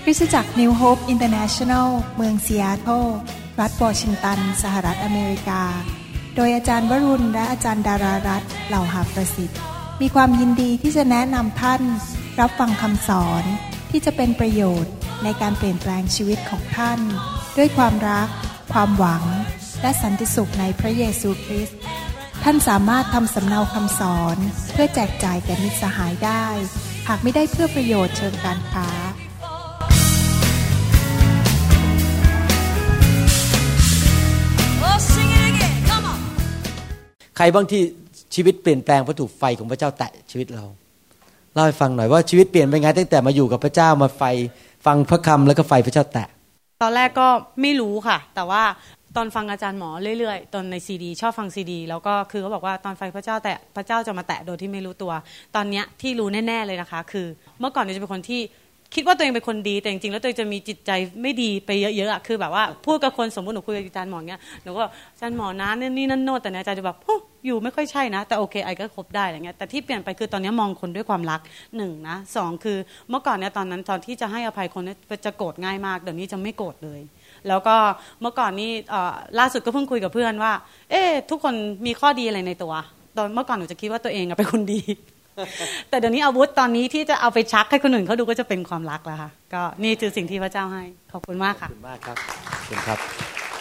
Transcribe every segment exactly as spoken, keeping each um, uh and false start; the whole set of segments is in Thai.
ริสตจักร New Hope International เมืองซีแอตเทิลรัฐวอชิงตันสหรัฐอเมริกาโดยอาจารย์วรุณและอาจารย์ดารารัตน์เหล่าหาประสิทธิ์มีความยินดีที่จะแนะนำท่านรับฟังคำสอนที่จะเป็นประโยชน์ในการเปลี่ยนแปลงชีวิตของท่านด้วยความรักความหวังและสันติสุขในพระเยซูคริสต์ท่านสามารถทำสำเนาคำสอนเพื่อแจกจ่ายแก่มิตรสหายได้หากไม่ได้เพื่อประโยชน์เชิงการค้าใครบ้างที่ชีวิตเปลี่ยนแปลงเพราะถูกไฟของพระเจ้าแตะชีวิตเราเล่าให้ฟังหน่อยว่าชีวิตเปลี่ยนไปไงตั้งแต่มาอยู่กับพระเจ้ามาไฟฟังพระคำแล้วก็ไฟพระเจ้าแตะตอนแรกก็ไม่รู้ค่ะแต่ว่าตอนฟังอาจารย์หมอเรื่อยๆตอนในซีดีชอบฟังซีดีแล้วก็คือเขาบอกว่าตอนไฟพระเจ้าแตะพระเจ้าจะมาแตะโดยที่ไม่รู้ตัวตอนเนี้ยที่รู้แน่ๆเลยนะคะคือเมื่อก่อนเนี่ยจะเป็นคนที่คิดว่าตัวเองเป็นคนดีแต่จริงๆแล้วตัวเองจะมีจิตใจไม่ดีไปเยอะๆอ่ะคือแบบว่าพูดกับคนสมมติหนูคุยกับอาจารย์หมอเงี้ยหนูก็อาจารย์หมอนะนี่นั่นโน่นแต่เนี่ยอาจารย์จะแบบอยู่ไม่ค่อยใช่นะแต่โอเคไอ้ก็คบได้อะไรเงี้ยแต่ที่เปลี่ยนไปคือตอนนี้มองคนด้วยความรักหนึ่งนะสองคือเมื่อก่อนเนี่ยตอนนั้นตอนที่จะให้อภัยคนเนี่ยจะโกรธง่ายมากเดี๋ยวนี้จะไม่โกรธเลยแล้วก็เมื่อก่อนนี่ล่าสุดก็เพิ่งคุยกับเพื่อนว่าเอ๊ะทุกคนมีข้อดีอะไรในตัวตอนเมื่อก่อนหนูจะคิดว่าตัวเองเป็นคนดีแต่เดี๋ยวนี้อาวุธตอนนี้ที่จะเอาไปชักให้คนอื่นเขาดูก็จะเป็นความรักแล้วค่ะก็นี่คือสิ่งที่พระเจ้าให้ขอบคุณมากค่ะขอบคุณมากครับขอบคุณครับ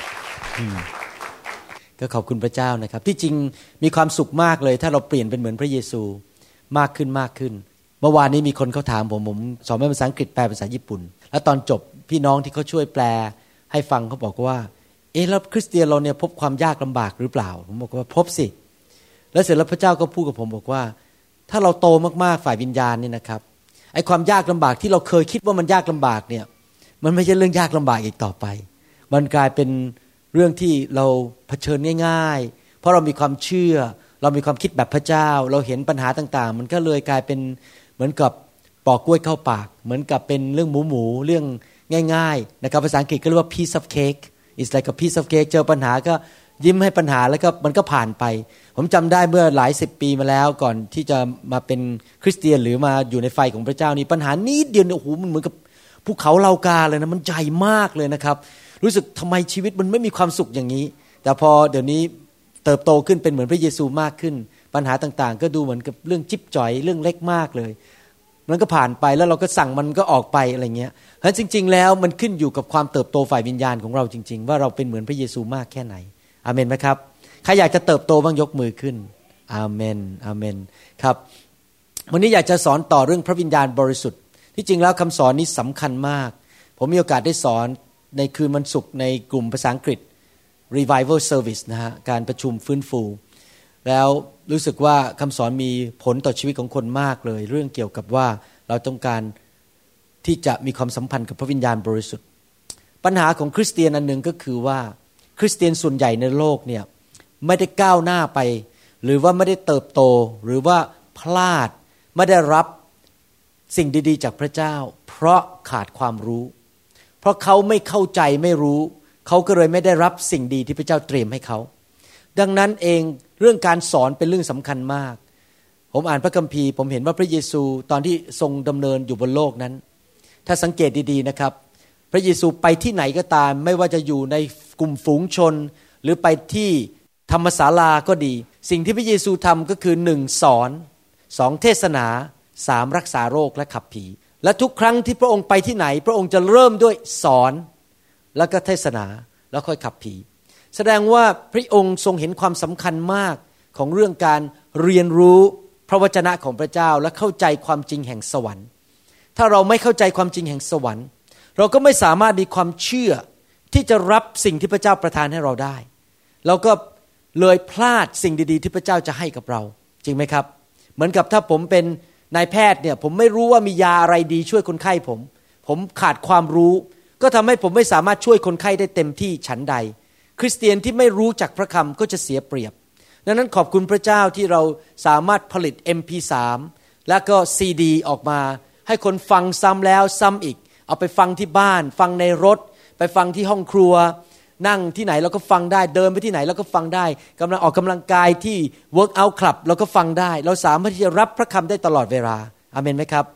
ก็ขอบคุณพระเจ้านะครับที่จริงมีความสุขมากเลยถ้าเราเปลี่ยนเป็นเหมือนพระเยซูมากขึ้นมากขึ้นเมื่อวานนี้มีคนเขาถามผมผมสอนเป็นภาษาอังกฤษแปลภาษาญี่ปุ่นแล้วตอนจบพี่น้องที่เขาช่วยแปลให้ฟังเขาบอกว่าเอ๊ะแล้วคริสเตียนเราเนี่ยพบความยากลำบากหรือเปล่าผมบอกว่าพบสิแล้วเสร็จแล้วพระเจ้าก็พูดกับผมบอกว่าถ้าเราโตมากๆฝ่ายวิญญาณนี่นะครับไอ้ความยากลำบากที่เราเคยคิดว่ามันยากลำบากเนี่ยมันไม่ใช่เรื่องยากลำบากอีกต่อไปมันกลายเป็นเรื่องที่เราเผชิญง่ายๆเพราะเรามีความเชื่อเรามีความคิดแบบพระเจ้าเราเห็นปัญหาต่างๆมันก็เลยกลายเป็นเหมือนกับปอกกล้วยเข้าปากเหมือนกับเป็นเรื่องหมูๆเรื่องง่ายๆนะครับภาษาอังกฤษก็เรียกว่า piece of cake it's like a piece of cake เจอปัญหาก็ยิ้มให้ปัญหาแล้วก็มันก็ผ่านไปผมจำได้เมื่อหลายสิบปีมาแล้วก่อนที่จะมาเป็นคริสเตียนหรือมาอยู่ในไฟของพระเจ้านี่ปัญหานิดเดียวโอ้โหมันเหมือนกับภูเขาเหล่ากาเลยนะมันใหญ่มากเลยนะครับรู้สึกทำไมชีวิตมันไม่มีความสุขอย่างนี้แต่พอเดี๋ยวนี้เติบโตขึ้นเป็นเหมือนพระเยซูมากขึ้นปัญหาต่างๆก็ดูเหมือนกับเรื่องจิ๊บจ่อยเรื่องเล็กมากเลยมันก็ผ่านไปแล้วเราก็สั่งมันก็ออกไปอะไรเงี้ยเพราะฉะนั้นจริงๆแล้วมันขึ้นอยู่กับความเติบโตฝ่ายวิญญาณของเราจริงๆว่าเราเป็นเหมือนพระเยซูมากแค่ไหนอาเมนไหมครับใครอยากจะเติบโตบ้างยกมือขึ้นอาเมนอาเมนครับวันนี้อยากจะสอนต่อเรื่องพระวิญญาณบริสุทธิ์ที่จริงแล้วคำสอนนี้สำคัญมากผมมีโอกาสได้สอนในคืนวันศุกร์ในกลุ่มภาษาอังกฤษ Revival Service นะฮะการประชุมฟื้นฟูแล้วรู้สึกว่าคำสอนมีผลต่อชีวิตของคนมากเลยเรื่องเกี่ยวกับว่าเราต้องการที่จะมีความสัมพันธ์กับพระวิญญาณบริสุทธิ์ปัญหาของคริสเตียนอันหนึ่งก็คือว่าคริสเตียนส่วนใหญ่ในโลกเนี่ยไม่ได้ก้าวหน้าไปหรือว่าไม่ได้เติบโตหรือว่าพลาดไม่ได้รับสิ่งดีๆจากพระเจ้าเพราะขาดความรู้เพราะเขาไม่เข้าใจไม่รู้เขาก็เลยไม่ได้รับสิ่งดีที่พระเจ้าเตรียมให้เขาดังนั้นเองเรื่องการสอนเป็นเรื่องสำคัญมากผมอ่านพระคัมภีร์ผมเห็นว่าพระเยซูตอนที่ทรงดำเนินอยู่บนโลกนั้นถ้าสังเกตดีๆนะครับพระเยซูไปที่ไหนก็ตามไม่ว่าจะอยู่ในกลุ่มฝูงชนหรือไปที่ธรรมศาลาก็ดีสิ่งที่พระเยซูทำก็คือหนึ่งสอนสองเทศนาสามรักษาโรคและขับผีและทุกครั้งที่พระองค์ไปที่ไหนพระองค์จะเริ่มด้วยสอนแล้วก็เทศนาแล้วค่อยขับผีแสดงว่าพระองค์ทรงเห็นความสำคัญมากของเรื่องการเรียนรู้พระวจนะของพระเจ้าและเข้าใจความจริงแห่งสวรรค์ถ้าเราไม่เข้าใจความจริงแห่งสวรรค์เราก็ไม่สามารถมีความเชื่อที่จะรับสิ่งที่พระเจ้าประทานให้เราได้เราก็เลยพลาดสิ่งดีๆที่พระเจ้าจะให้กับเราจริงไหมครับเหมือนกับถ้าผมเป็นนายแพทย์เนี่ยผมไม่รู้ว่ามียาอะไรดีช่วยคนไข้ผมผมขาดความรู้ก็ทำให้ผมไม่สามารถช่วยคนไข้ได้เต็มที่ฉันใดคริสเตียนที่ไม่รู้จักพระคำก็จะเสียเปรียบดังนั้นขอบคุณพระเจ้าที่เราสามารถผลิต เอ็ม พี สาม แล้วก็ ซี ดี ออกมาให้คนฟังซ้ำแล้วซ้ำอีกเอาไปฟังที่บ้านฟังในรถไปฟังที่ห้องครัวนั่งที่ไหนเราก็ฟังได้เดินไปที่ไหนเราก็ฟังได้กำลังออกกำลังกายที่ workout club เราก็ฟังได้เราสามารถที่จะรับพระคำได้ตลอดเวลาอาเมนไหมครับ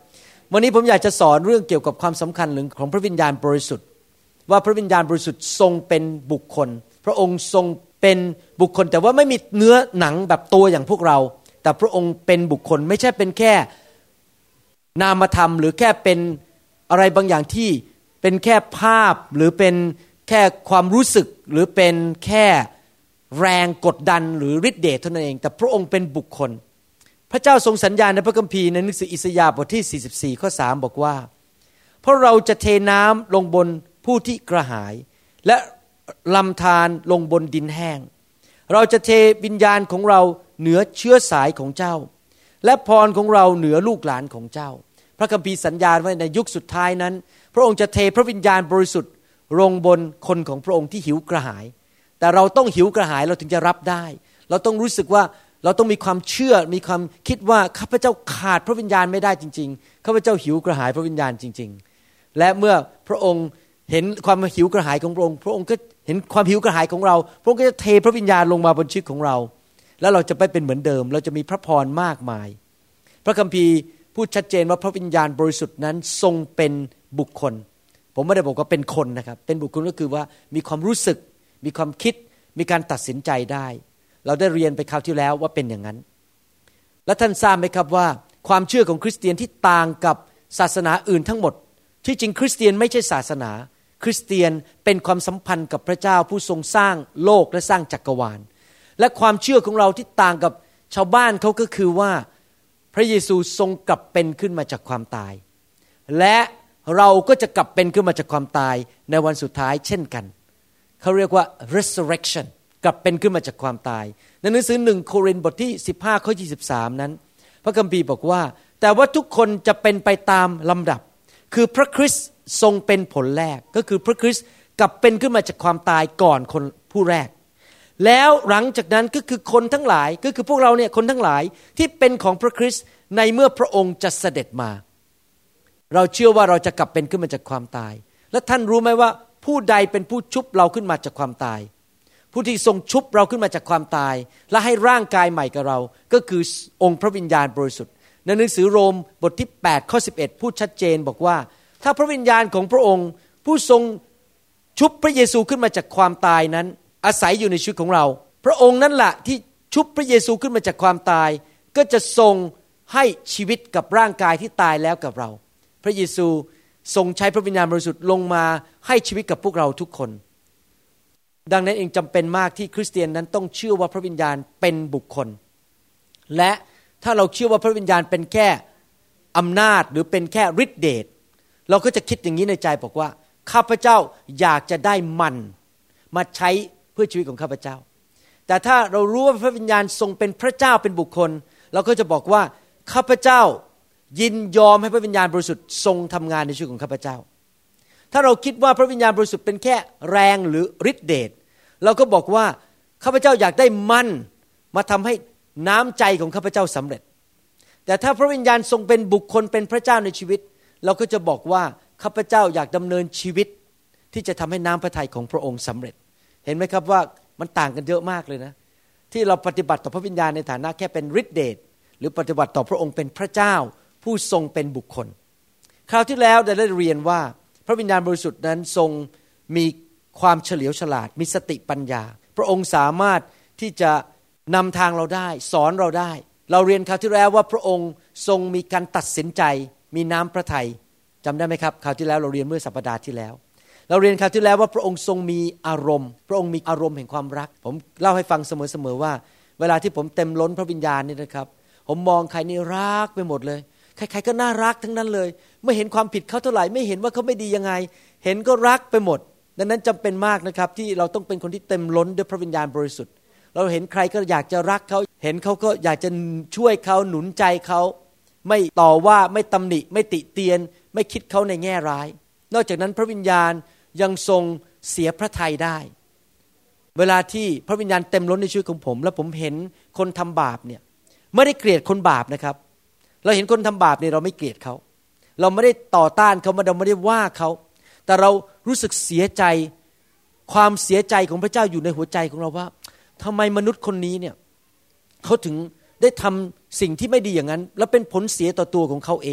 วันนี้ผมอยากจะสอนเรื่องเกี่ยวกับความสำคัญของพระวิญญาณบริสุทธิ์ว่าพระวิญญาณบริสุทธิ์ทรงเป็นบุคคลพระองค์ทรงเป็นบุคคลแต่ว่าไม่มีเนื้อหนังแบบตัวอย่างพวกเราแต่พระองค์เป็นบุคคลไม่ใช่เป็นแค่นามธรรมหรือแค่เป็นอะไรบางอย่างที่เป็นแค่ภาพหรือเป็นแค่ความรู้สึกหรือเป็นแค่แรงกดดันหรือฤทธิ์เดชเท่านั้นเองแต่พระองค์เป็นบุคคลพระเจ้าทรงสัญญาในพระคัมภีร์ในหนังสืออิสยาห์บทที่สี่สิบสี่ข้อสามบอกว่าเพราะเราจะเทน้ำลงบนผู้ที่กระหายและลำธารลงบนดินแห้งเราจะเทวิญญาณของเราเหนือเชื้อสายของเจ้าและพรของเราเหนือลูกหลานของเจ้าพระคัมภีร์สัญญาไว้ในยุคสุดท้ายนั้นพระองค์จะเทพระวิญญาณบริสุทธิ์ลงบนคนของพระองค์ที่หิวกระหายแต่เราต้องหิวกระหายเราถึงจะรับได้เราต้องรู้สึกว่าเราต้องมีความเชื่อมีความคิดว่าข้าพเจ้าขาดพระวิญญาณไม่ได้จริงๆข้าพเจ้าหิวกระหายพระวิญญาณจริงๆและเมื่อพระองค์เห็นความหิวกระหายของพระองค์พระองค์ก็เห็นความหิวกระหายของเราพระองค์ก็จะเทพระวิญญาณลงมาบนชีวิตของเราแล้วเราจะไปเป็นเหมือนเดิมเราจะมีพระพรมากมายพระคัมภีร์พูดชัดเจนว่าพระวิญญาณบริสุทธิ์นั้นทรงเป็นบุคคลผมไม่ได้บอกว่าเป็นคนนะครับเป็นบุคคลก็คือว่ามีความรู้สึกมีความคิดมีการตัดสินใจได้เราได้เรียนไปคราวที่แล้วว่าเป็นอย่างนั้นและท่านทราบไหมครับว่าความเชื่อของคริสเตียนที่ต่างกับศาสนาอื่นทั้งหมดที่จริงคริสเตียนไม่ใช่ศาสนาคริสเตียนเป็นความสัมพันธ์กับพระเจ้าผู้ทรงสร้างโลกและสร้างจักรวาลและความเชื่อของเราที่ต่างกับชาวบ้านเขาก็คือว่าพระเยซูทรงกลับเป็นขึ้นมาจากความตายและเราก็จะกลับเป็นขึ้นมาจากความตายในวันสุดท้ายเช่นกันเขาเรียกว่า resurrection กลับเป็นขึ้นมาจากความตายในหนังสือหนึ่งโครินธ์บทที่สิบห้าข้อยี่สิบสามนั้นพระคัมภีร์บอกว่าแต่ว่าทุกคนจะเป็นไปตามลำดับคือพระคริสต์ทรงเป็นผลแรกก็คือพระคริสต์กลับเป็นขึ้นมาจากความตายก่อนคนผู้แรกแล้วหลังจากนั้นก็คือคนทั้งหลายก็คือพวกเราเนี่ยคนทั้งหลายที่เป็นของพระคริสต์ในเมื่อพระองค์จะเสด็จมาเราเชื่อว่าเราจะกลับเป็นขึ้นมาจากความตายและท่านรู้ไหมว่าผู้ใดเป็นผู้ชุบเราขึ้นมาจากความตายผู้ที่ทรงชุบเราขึ้นมาจากความตายและให้ร่างกายใหม่กับเราก็คือองค์พระวิญญาณบริสุทธิ์ในหนังสือโรมบทที่แปดข้อสิบเอ็ดพูดชัดเจนบอกว่าถ้าพระวิญญาณของพระองค์ผู้ทรงชุบพระเยซูขึ้นมาจากความตายนั้นอาศัยอยู่ในชีวิตของเราพระองค์นั่นแหละที่ชุบพระเยซูขึ้นมาจากความตายก็จะทรงให้ชีวิตกับร่างกายที่ตายแล้วกับเราพระเยซูทรงใช้พระวิญญาณบริสุทธิ์ลงมาให้ชีวิตกับพวกเราทุกคนดังนั้นเองจำเป็นมากที่คริสเตียนนั้นต้องเชื่อว่าพระวิญญาณเป็นบุคคลและถ้าเราเชื่อว่าพระวิญญาณเป็นแค่อำนาจหรือเป็นแค่ฤทธิเดชเราก็จะคิดอย่างนี้ในใจบอกว่าข้าพเจ้าอยากจะได้มันมาใช้เพื่อชีวิตของข้าพเจ้าแต่ถ้าเรารู้ว่าพระวิญญาณทรงเป็นพระเจ้าเป็นบุคคลเราก็จะบอกว่าข้าพเจ้ายินยอมให้พระวิญญาณบริสุทธิ์ทรงทำงานในชีวิตของข้าพเจ้าถ้าเราคิดว่าพระวิญญาณบริสุทธิ์เป็นแค่แรงหรือฤทธิเดชเราก็บอกว่าข้าพเจ้าอยากได้มันมาทำให้น้ำใจของข้าพเจ้าสำเร็จแต่ถ้าพระวิญญาณทรงเป็นบุคคลเป็นพระเจ้าในชีวิตเราก็จะบอกว่าข้าพเจ้าอยากดำเนินชีวิตที่จะทำให้น้ำพระทัยของพระองค์สำเร็จเห็นไหมครับว่ามันต่างกันเยอะมากเลยนะที่เราปฏิบัติต่อพระวิญญาณในฐานะแค่เป็นฤทธิเดชหรือปฏิบัติต่อพระองค์เป็นพระเจ้าผู้ทรงเป็นบุคคลคราวที่แล้วได้เรียนว่าพระวิญญาณบริสุทธิ์นั้นทรงมีความเฉลียวฉลาดมีสติปัญญาพระองค์สามารถที่จะนำทางเราได้สอนเราได้เราเรียนคราวที่แล้วว่าพระองค์ทรงมีการตัดสินใจมีน้ำพระทัยจำได้ไหมครับคราวที่แล้วเราเรียนเมื่อสัปดาห์ที่แล้วเราเรียนคราวที่แล้วว่าพระองค์ทรงมีอารมณ์พระองค์มีอารมณ์แห่งความรักผมเล่าให้ฟังเสมอๆว่าเวลาที่ผมเต็มล้นพระวิญญาณนี่นะครับผมมองใครนี่รักไปหมดเลยใครๆก็น่ารักทั้งนั้นเลยไม่เห็นความผิดเขาเท่าไหร่ไม่เห็นว่าเขาไม่ดียังไงเห็นก็รักไปหมดดังนั้นจำเป็นมากนะครับที่เราต้องเป็นคนที่เต็มล้นด้วยพระวิญญาณบริสุทธิ์เราเห็นใครก็อยากจะรักเขาเห็นเขาก็อยากจะช่วยเขาหนุนใจเขาไม่ต่อว่าไม่ตำหนิไม่ติเตียนไม่คิดเขาในแง่ร้ายนอกจากนั้นพระวิญญาณยังทรงเสียพระทัยได้เวลาที่พระวิญญาณเต็มล้นในชีวิตของผมแล้วผมเห็นคนทำบาปเนี่ยไม่ได้เกลียดคนบาปนะครับเราเห็นคนทำบาปเนี่ยเราไม่เกลียดเขาเราไม่ได้ต่อต้านเขาเราไม่ได้ว่าเขาแต่เรารู้สึกเสียใจความเสียใจของพระเจ้าอยู่ในหัวใจของเราว่าทำไมมนุษย์คนนี้เนี่ยเขาถึงได้ทำสิ่งที่ไม่ดีอย่างนั้นแล้วเป็นผลเสียต่อตัวของเขาเองเรา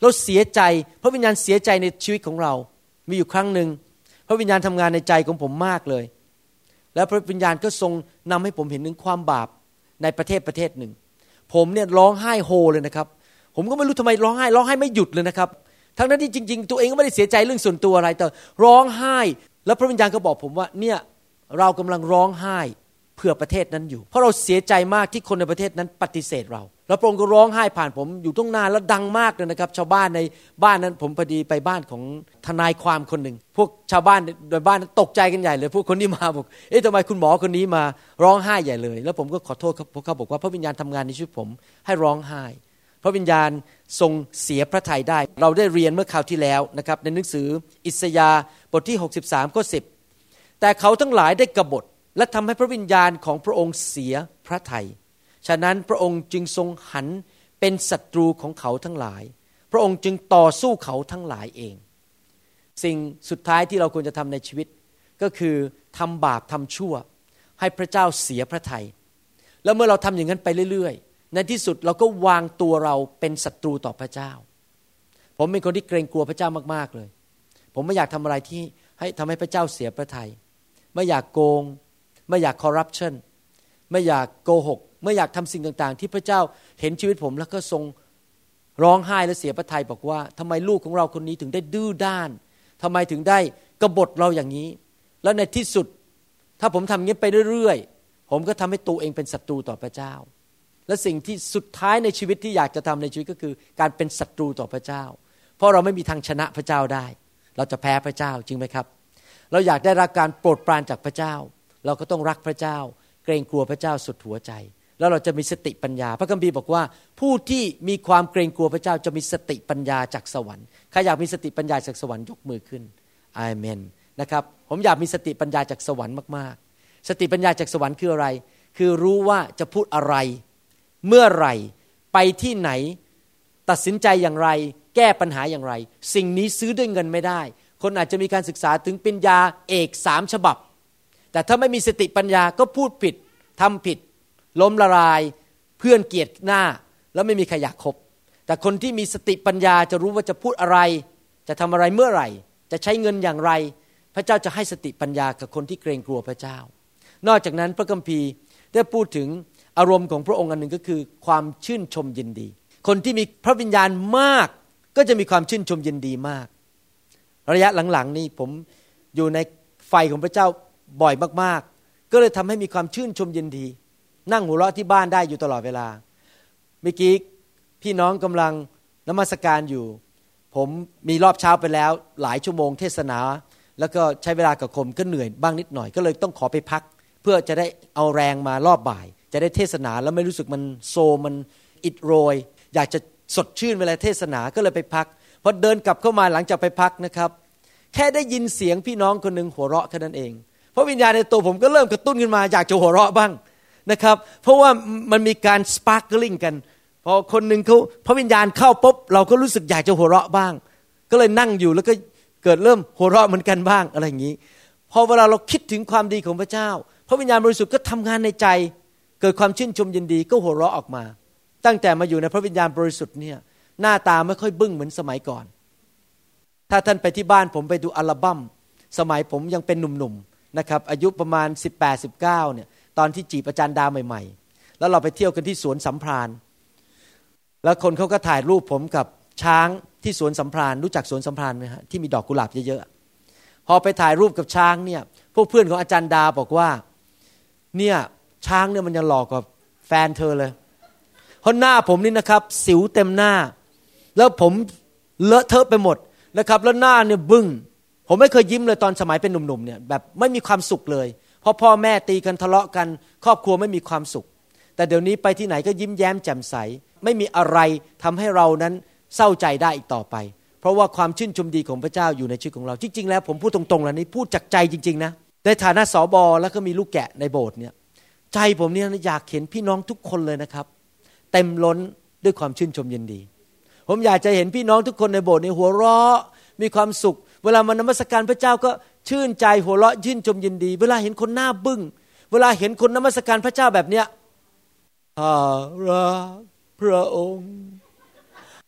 เราเสียใจพระวิญญาณเสียใจในชีวิตของเรามีอยู่ครั้งหนึ่งพระวิญญาณทำงานในใจของผมมากเลยแล้วพระวิญญาณก็ทรงนำให้ผมเห็นถึงความบาปในประเทศประเทศหนึ่งผมเนี่ยร้องไห้โฮเลยนะครับผมก็ไม่รู้ทำไมร้องไห้ร้องไห้ไม่หยุดเลยนะครับทั้งนั้นที่จริงๆตัวเองก็ไม่ได้เสียใจเรื่องส่วนตัวอะไรแต่ร้องไห้แล้วพระวิญญาณก็บอกผมว่าเนี่ยเรากำลังร้องไห้เพื่อประเทศนั้นอยู่เพราะเราเสียใจมากที่คนในประเทศนั้นปฏิเสธเราแล้วพระองค์ก็ร้องไห้ผ่านผมอยู่ตรงหน้าแล้วดังมากเลยนะครับชาวบ้านในบ้านนั้นผมพอดีไปบ้านของทนายความคนหนึ่งพวกชาวบ้านในบ้านตกใจกันใหญ่เลยพวกคนที่มาบอกเอ๊ะทำไมคุณหมอคนนี้มาร้องไห้ใหญ่เลยแล้วผมก็ขอโทษครับเพราะเขาบอกว่าพระวิญญาณทำงานในชีวิตผมให้ร้องไห้พระวิญญาณทรงเสียพระทัยได้เราได้เรียนเมื่อคราวที่แล้วนะครับในหนังสืออิสยาห์บทที่หกสิบสามข้อสิบแต่เขาทั้งหลายได้กบฏและทำให้พระวิญญาณของพระองค์เสียพระทัยฉะนั้นพระองค์จึงทรงหันเป็นศัตรูของเขาทั้งหลายพระองค์จึงต่อสู้เขาทั้งหลายเองสิ่งสุดท้ายที่เราควรจะทำในชีวิตก็คือทำบาปทำชั่วให้พระเจ้าเสียพระทัยแล้วเมื่อเราทำอย่างนั้นไปเรื่อยๆในที่สุดเราก็วางตัวเราเป็นศัตรูต่อพระเจ้าผมเป็นคนที่เกรงกลัวพระเจ้ามากๆเลยผมไม่อยากทำอะไรที่ให้ทำให้พระเจ้าเสียพระทัยไม่อยากโกงไม่อยากคอร์รัปชันไม่อยากโกหกไม่อยากทำสิ่งต่างๆที่พระเจ้าเห็นชีวิตผมแล้วก็ทรงร้องไห้และเสียพระทัยบอกว่าทำไมลูกของเราคนนี้ถึงได้ดื้อด้านทำไมถึงได้กบฏเราอย่างนี้แล้วในที่สุดถ้าผมทำอย่างนี้ไปเรื่อยๆผมก็ทำให้ตัวเองเป็นศัตรูต่อพระเจ้าและสิ่งที่สุดท้ายในชีวิตที่อยากจะทำในชีวิตก็คือการเป็นศัตรูต่อพระเจ้าเพราะเราไม่มีทางชนะพระเจ้าได้เราจะแพ้พระเจ้าจริงไหมครับเราอยากได้รับการโปรดปรานจากพระเจ้าเราก็ต้องรักพระเจ้าเกรงกลัวพระเจ้าสุดหัวใจแล้วเราจะมีสติปัญญาพระคัมภีร์บอกว่าผู้ที่มีความเกรงกลัวพระเจ้าจะมีสติปัญญาจากสวรรค์ใครอยากมีสติปัญญาจากสวรรค์ยกมือขึ้นอาเมนนะครับผมอยากมีสติปัญญาจากสวรรค์มากๆสติปัญญาจากสวรรค์คืออะไรคือรู้ว่าจะพูดอะไรเมื่อไหร่ไปที่ไหนตัดสินใจอย่างไรแก้ปัญหาอย่างไรสิ่งนี้ซื้อด้วยเงินไม่ได้คนอาจจะมีการศึกษาถึงปริญญาเอกสามฉบับแต่ถ้าไม่มีสติปัญญาก็พูดผิดทำผิดล้มละลายเพื่อนเกลียดหน้าแล้วไม่มีใครอยากคบแต่คนที่มีสติปัญญาจะรู้ว่าจะพูดอะไรจะทำอะไรเมื่อไหร่จะใช้เงินอย่างไรพระเจ้าจะให้สติปัญญากับคนที่เกรงกลัวพระเจ้านอกจากนั้นพระคัมภีร์ได้พูดถึงอารมณ์ของพระองค์อันหนึ่งก็คือความชื่นชมยินดีคนที่มีพระวิญญาณมากก็จะมีความชื่นชมยินดีมากระยะหลังๆนี้ผมอยู่ในไฟของพระเจ้าบ่อยมากๆก็เลยทำให้มีความชื่นชมยินดีนั่งหัวเราะที่บ้านได้อยู่ตลอดเวลาเมื่อกี้พี่น้องกำลังนมัสการอยู่ผมมีรอบเช้าไปแล้วหลายชั่วโมงเทศนาแล้วก็ใช้เวลากับคนก็เหนื่อยบ้างนิดหน่อยก็เลยต้องขอไปพักเพื่อจะได้เอาแรงมารอบบ่ายจะได้เทศนาแล้วไม่รู้สึกมันโซมันอิดโรยอยากจะสดชื่นเวลาเทศนาก็เลยไปพักพอเดินกลับเข้ามาหลังจากไปพักนะครับแค่ได้ยินเสียงพี่น้องคนนึงหัวเราะแค่นั้นเองเพราะวิญญาณในตัวผมก็เริ่มกระตุ้นขึ้นมาอยากจะหัวเราะบ้างนะครับเพราะว่ามันมีการสปาร์คลิ่งกันพอคนนึงเขาพระวิญญาณเข้าปุ๊บเราก็รู้สึกอยากจะหัวเราะบ้างก็เลยนั่งอยู่แล้วก็เกิดเริ่มหัวเราะเหมือนกันบ้างอะไรอย่างนี้พอเวลาเราคิดถึงความดีของพระเจ้าพระวิญญาณบริสุทธิ์ก็ทำงานในใจเกิดความชื่นชมยินดีก็หัวเราะออกมาตั้งแต่มาอยู่ในพระวิญญาณบริสุทธิ์เนี่ยหน้าตาไม่ค่อยบึ้งเหมือนสมัยก่อนถ้าท่านไปที่บ้านผมไปดูอัลบั้มสมัยผมยังเป็นหนุ่มๆนะครับอายุประมาณสิบแปด สิบเก้าเนี่ยตอนที่จีบอาจารย์ดาใหม่ๆแล้วเราไปเที่ยวกันที่สวนสัมพรานแล้วคนเขาก็ถ่ายรูปผมกับช้างที่สวนสัมพรานรู้จักสวนสัมพรานไหมฮะที่มีดอกกุหลาบเยอะๆพอไปถ่ายรูปกับช้างเนี่ยพวกเพื่อนของอาจารย์ดาบอกว่าเนี่ยช้างเนี่ยมันยังหล่อกว่าแฟนเธอเลยเพราะหน้าผมนี่นะครับสิวเต็มหน้าแล้วผมเลอะเทอะไปหมดนะครับแล้วหน้าเนี่ยบึ้งผมไม่เคยยิ้มเลยตอนสมัยเป็นหนุ่มๆเนี่ยแบบไม่มีความสุขเลยเพราะพ่อแม่ตีกันทะเลาะกันครอบครัวไม่มีความสุขแต่เดี๋ยวนี้ไปที่ไหนก็ยิ้มแย้มแจ่มใสไม่มีอะไรทำให้เรานั้นเศร้าใจได้อีกต่อไปเพราะว่าความชื่นชมดีของพระเจ้าอยู่ในชีวิตของเราจริงๆแล้วผมพูดตรงๆแล้วนี่พูดจากใจจริงๆนะในฐานะสบแล้วก็มีลูกแกะในโบสถ์เนี่ยใจผมเนี่ยอยากเห็นพี่น้องทุกคนเลยนะครับเต็มล้นด้วยความชื่นชมยินดีผมอยากจะเห็นพี่น้องทุกคนในโบสถ์ในหัวเราะมีความสุขเวลามานมัสการพระเจ้าก็ชื่นใจหัวเราะชื่นชมยินดีเวลาเห็นคนหน้าบึ้งเวลาเห็นคนนมัสการพระเจ้าแบบเนี้ยข้ารักพระองค์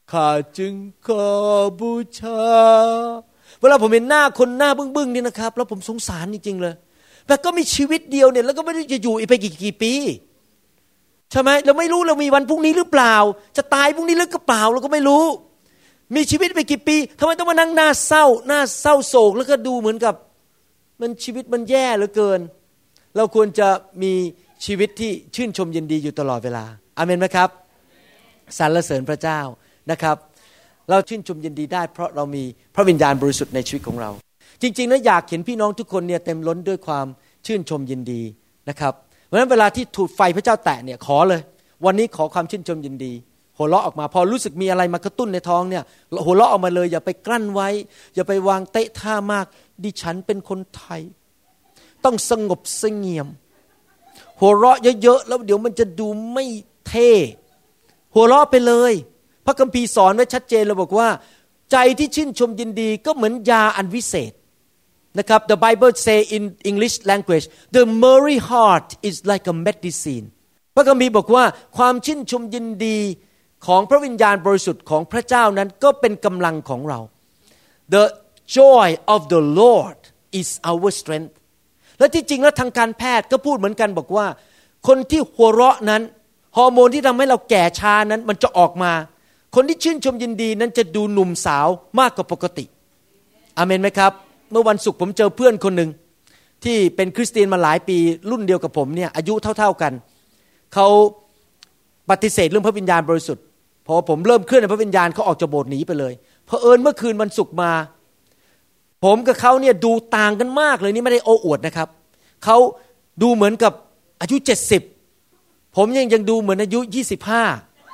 ข้าจึงขอบูชาเวลาผมเห็นหน้าคนหน้าบึ้งๆนี่นะครับแล้วผมสงสารจริงๆเลยแต่ก็มีชีวิตเดียวเนี่ยแล้วก็ไม่รู้จะอยู่อีกไปกี่กี่ปีใช่ไหมเราไม่รู้เรามีวันพรุ่งนี้หรือเปล่าจะตายพรุ่งนี้หรือเปล่าเราก็ไม่รู้มีชีวิตไปกี่ปีทำไมต้องมานั่งหน้าเศร้าหน้าเศร้าโศกแล้วก็ดูเหมือนกับมันชีวิตมันแย่เหลือเกินเราควรจะมีชีวิตที่ชื่นชมยินดีอยู่ตลอดเวลาอาเมนไหมครับสรรเสริญพระเจ้านะครับเราชื่นชมยินดีได้เพราะเรามีพระวิญญาณบริสุทธิ์ในชีวิตของเราจริงๆนะอยากเห็นพี่น้องทุกคนเนี่ยเต็มล้นด้วยความชื่นชมยินดีนะครับเพราะฉะนั้นเวลาที่ถูกไฟพระเจ้าแตะเนี่ยขอเลยวันนี้ขอความชื่นชมยินดีหัวเราะออกมาพอรู้สึกมีอะไรมากระตุ้นในท้องเนี่ยหัวเราะออกมาเลยอย่าไปกลั้นไว้อย่าไปวางเตะท่ามากดิฉันเป็นคนไทยต้องสงบเสงี่ยมหัวเราะเยอะๆแล้วเดี๋ยวมันจะดูไม่เท่หัวเราะไปเลยพระคัมภีร์สอนไว้ชัดเจนเราบอกว่าใจที่ชื่นชมยินดีก็เหมือนยาอันวิเศษนะครับ The Bible say in English language the merry heart is like a medicine พระคัมภีร์บอกว่าความชื่นชมยินดีของพระวิญญาณบริสุทธิ์ของพระเจ้านั้นก็เป็นกำลังของเรา The joy of the Lord is our strength และที่จริงแล้วทางการแพทย์ก็พูดเหมือนกันบอกว่าคนที่หัวเราะนั้นฮอร์โมนที่ทำให้เราแก่ช้านั้นมันจะออกมาคนที่ชื่นชมยินดีนั้นจะดูหนุ่มสาวมากกว่าปกติอาเมนไหมครับเมื่อวันศุกร์ผมเจอเพื่อนคนหนึ่งที่เป็นคริสเตียนมาหลายปีรุ่นเดียวกับผมเนี่ยอายุเท่าๆกันเขาปฏิเสธเรื่องพระวิญญาณบริสุทธิ์พอผมเริ่มเคลื่อนในพระวิญญาณเขาออกจากโบสถ์หนีไปเลยเผอิญเมื่อคืนวันศุกร์มาผมกับเขาเนี่ยดูต่างกันมากเลยนี่ไม่ได้โอ้อวดนะครับเขาดูเหมือนกับอายุเจ็ดสิบผมยังยังดูเหมือนอายุยี่สิบห้า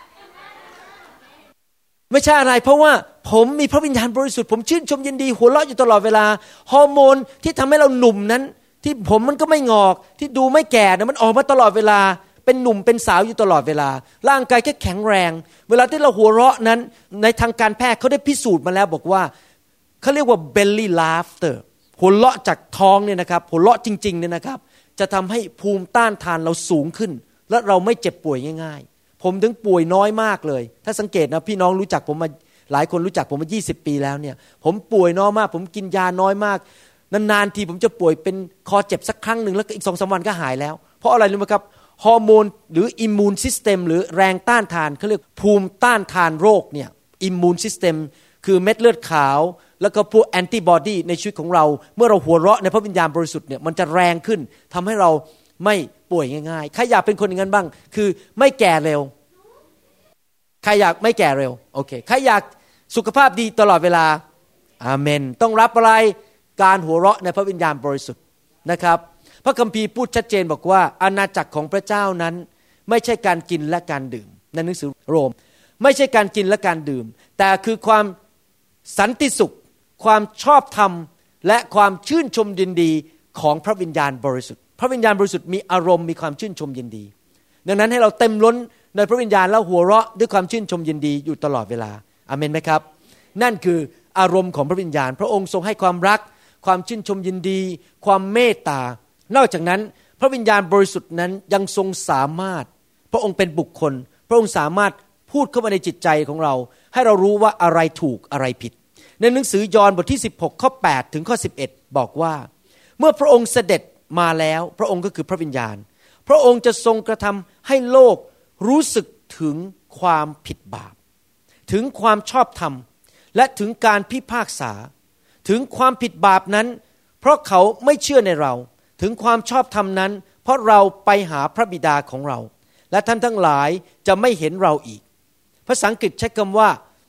ไม่ใช่อะไรเพราะว่าผมมีพระวิญญาณบริสุทธิ์ผมชื่นชมยินดีหัวเราะอยู่ตลอดเวลาฮอร์โมนที่ทำให้เราหนุ่มนั้นที่ผมมันก็ไม่งอกที่ดูไม่แก่นะมันออกมาตลอดเวลาเป็นหนุ่มเป็นสาวอยู่ตลอดเวลาร่างกายแค่แข็งแรงเวลาที่เราหัวเราะนั้นในทางการแพทย์เขาได้พิสูจน์มาแล้วบอกว่าเขาเรียกว่า belly laughter หัวเราะจากท้องเนี่ยนะครับหัวเราะจริงๆเนี่ยนะครับจะทำให้ภูมิต้านทานเราสูงขึ้นและเราไม่เจ็บป่วยง่ายๆผมถึงป่วยน้อยมากเลยถ้าสังเกตนะพี่น้องรู้จักผมมาหลายคนรู้จักผมมายี่สิบปีแล้วเนี่ยผมป่วยน้อยมากผมกินยาน้อยมากนานๆทีผมจะป่วยเป็นคอเจ็บสักครั้งนึงแล้วอีก สองถึงสาม วันก็หายแล้วเพราะอะไรรู้มั้ยครับฮอร์โมนหรืออิมมูนซิสเต็มหรือแรงต้านทานเขาเรียกภูมิต้านทานโรคเนี่ยอิมมูนซิสเต็มคือเม็ดเลือดขาวแล้วก็พวกแอนติบอดีในชีวิตของเราเมื่อเราหัวเราะในพระวิญญาณบริสุทธิ์เนี่ยมันจะแรงขึ้นทำให้เราไม่ป่วยง่ายๆใครอยากเป็นคนอย่างนั้นบ้างคือไม่แก่เร็วใครอยากไม่แก่เร็วโอเคใครอยากสุขภาพดีตลอดเวลาอาเมนต้องรับอะไรการหัวเราะในพระวิญญาณบริสุทธิ์นะครับพระคัมภีร์พูดชัดเจนบอกว่าอาณาจักรของพระเจ้านั้นไม่ใช่การกินและการดื่มในหนังสือโรมไม่ใช่การกินและการดื่มแต่คือความสันติสุขความชอบธรรมและความชื่นชมยินดีของพระวิญญาณบริสุทธิ์พระวิญญาณบริสุทธิ์มีอารมณ์มีความชื่นชมยินดีดังนั้นให้เราเต็มล้นในพระวิญญาณแล้วหัวเราะด้วยความชื่นชมยินดีอยู่ตลอดเวลาอาเมนไหมครับนั่นคืออารมณ์ของพระวิญญาณพระองค์ทรงให้ความรักความชื่นชมยินดีความเมตตานอกจากนั้นพระวิญญาณบริสุทธิ์นั้นยังทรงสามารถพระองค์เป็นบุคคลพระองค์สามารถพูดเข้ามาในจิตใจของเราให้เรารู้ว่าอะไรถูกอะไรผิดในหนังสือยอห์นบทที่สิบหกข้อแปดถึงข้อสิบเอ็ดบอกว่าเมื่อพระองค์เสด็จมาแล้วพระองค์ก็คือพระวิญญาณพระองค์จะทรงกระทำให้โลกรู้สึกถึงความผิดบาปถึงความชอบธรรมและถึงการพิพากษาถึงความผิดบาปนั้นเพราะเขาไม่เชื่อในเราถึงความชอบธรรมนั้นเพราะเราไปหาพระบิดาของเราและท่านทั้งหลายจะไม่เห็นเราอีกภาษาอังกฤษใช้คำว่า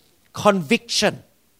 conviction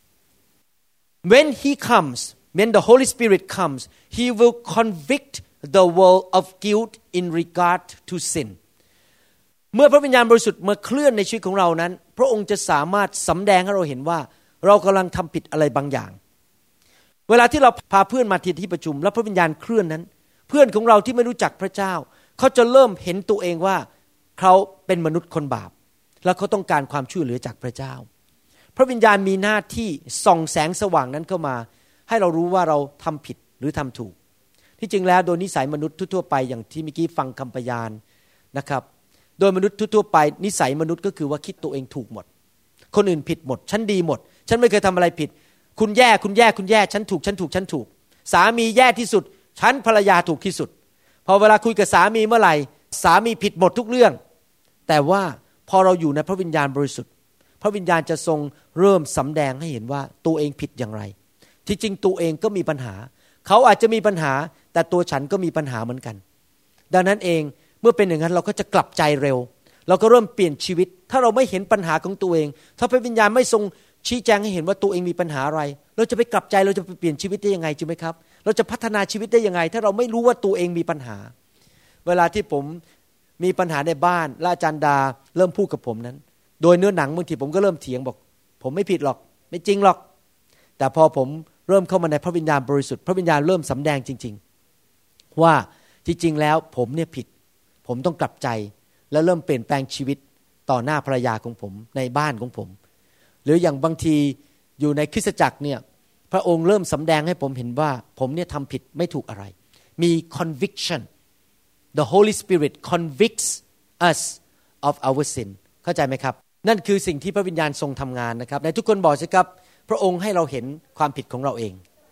when he comes when the Holy Spirit comes he will convict the world of guilt in regard to sin เมื่อพระวิญญาณบริสุทธิ์มาเคลื่อนในชีวิตของเรานั้นพระองค์จะสามารถสำแดงให้เราเห็นว่าเรากำลังทำผิดอะไรบางอย่างเวลาที่เราพาเพื่อนมาที่ที่ประชุมแล้วพระวิญญาณเคลื่อนนั้นเพื่อนของเราที่ไม่รู้จักพระเจ้าเขาจะเริ่มเห็นตัวเองว่าเขาเป็นมนุษย์คนบาปแล้วเขาต้องการความช่วยเหลือจากพระเจ้าพระวิญญาณมีหน้าที่ส่องแสงสว่างนั้นเข้ามาให้เรารู้ว่าเราทำผิดหรือทำถูกที่จริงแล้วโดยนิสัยมนุษย์ทั่วไปอย่างที่เมื่อกี้ฟังคำพยานนะครับโดยมนุษย์ทั่วไปนิสัยมนุษย์ก็คือว่าคิดตัวเองถูกหมดคนอื่นผิดหมดฉันดีหมดฉันไม่เคยทำอะไรผิดคุณแย่คุณแย่คุณแย่ฉันถูกฉันถูกฉันถูกสามีแย่ที่สุดฉันภรรยาถูกที่สุดพอเวลาคุยกับสามีเมื่อไหร่สามีผิดหมดทุกเรื่องแต่ว่าพอเราอยู่ในพระวิญญาณบริสุทธิ์พระวิญญาณจะทรงเริ่มสำแดงให้เห็นว่าตัวเองผิดอย่างไรที่จริงตัวเองก็มีปัญหาเขาอาจจะมีปัญหาแต่ตัวฉันก็มีปัญหาเหมือนกันดังนั้นเองเมื่อเป็นอย่างนั้นเราก็จะกลับใจเร็วเราก็เริ่มเปลี่ยนชีวิตถ้าเราไม่เห็นปัญหาของตัวเองถ้าพระวิญญาณไม่ทรงชี้แจงให้เห็นว่าตัวเองมีปัญหาอะไรเราจะไปกลับใจเราจะไปเปลี่ยนชีวิตได้ยังไงจริงไหมครับเราจะพัฒนาชีวิตได้ยังไงถ้าเราไม่รู้ว่าตัวเองมีปัญหาเวลาที่ผมมีปัญหาในบ้านและอาจารย์ดาเริ่มพูดกับผมนั้นโดยเนื้อหนังบางทีผมก็เริ่มเถียงบอกผมไม่ผิดหรอกไม่จริงหรอกแต่พอผมเริ่มเข้ามาในพระวิญญาณบริสุทธิ์พระวิญญาณเริ่มสำแดงจริงๆว่าจริงๆแล้วผมเนี่ยผิดผมต้องกลับใจและเริ่มเปลี่ยนแปลงชีวิตต่อหน้าภรรยาของผมในบ้านของผมหรืออย่างบางทีอยู่ในคริสตจักรเนี่ยพระองค์เริ่มสำแดงให้ผมเห็นว่าผมเนี่ยทำผิดไม่ถูกอะไรมี conviction the Holy Spirit convicts us of our sin เข้าใจไหมครับนั่นคือสิ่งที่พระวิญญาณทรงทำงานนะครับในทุกคนบอกสิครับพระองค์ให้เราเห็นความผิดของเราเอง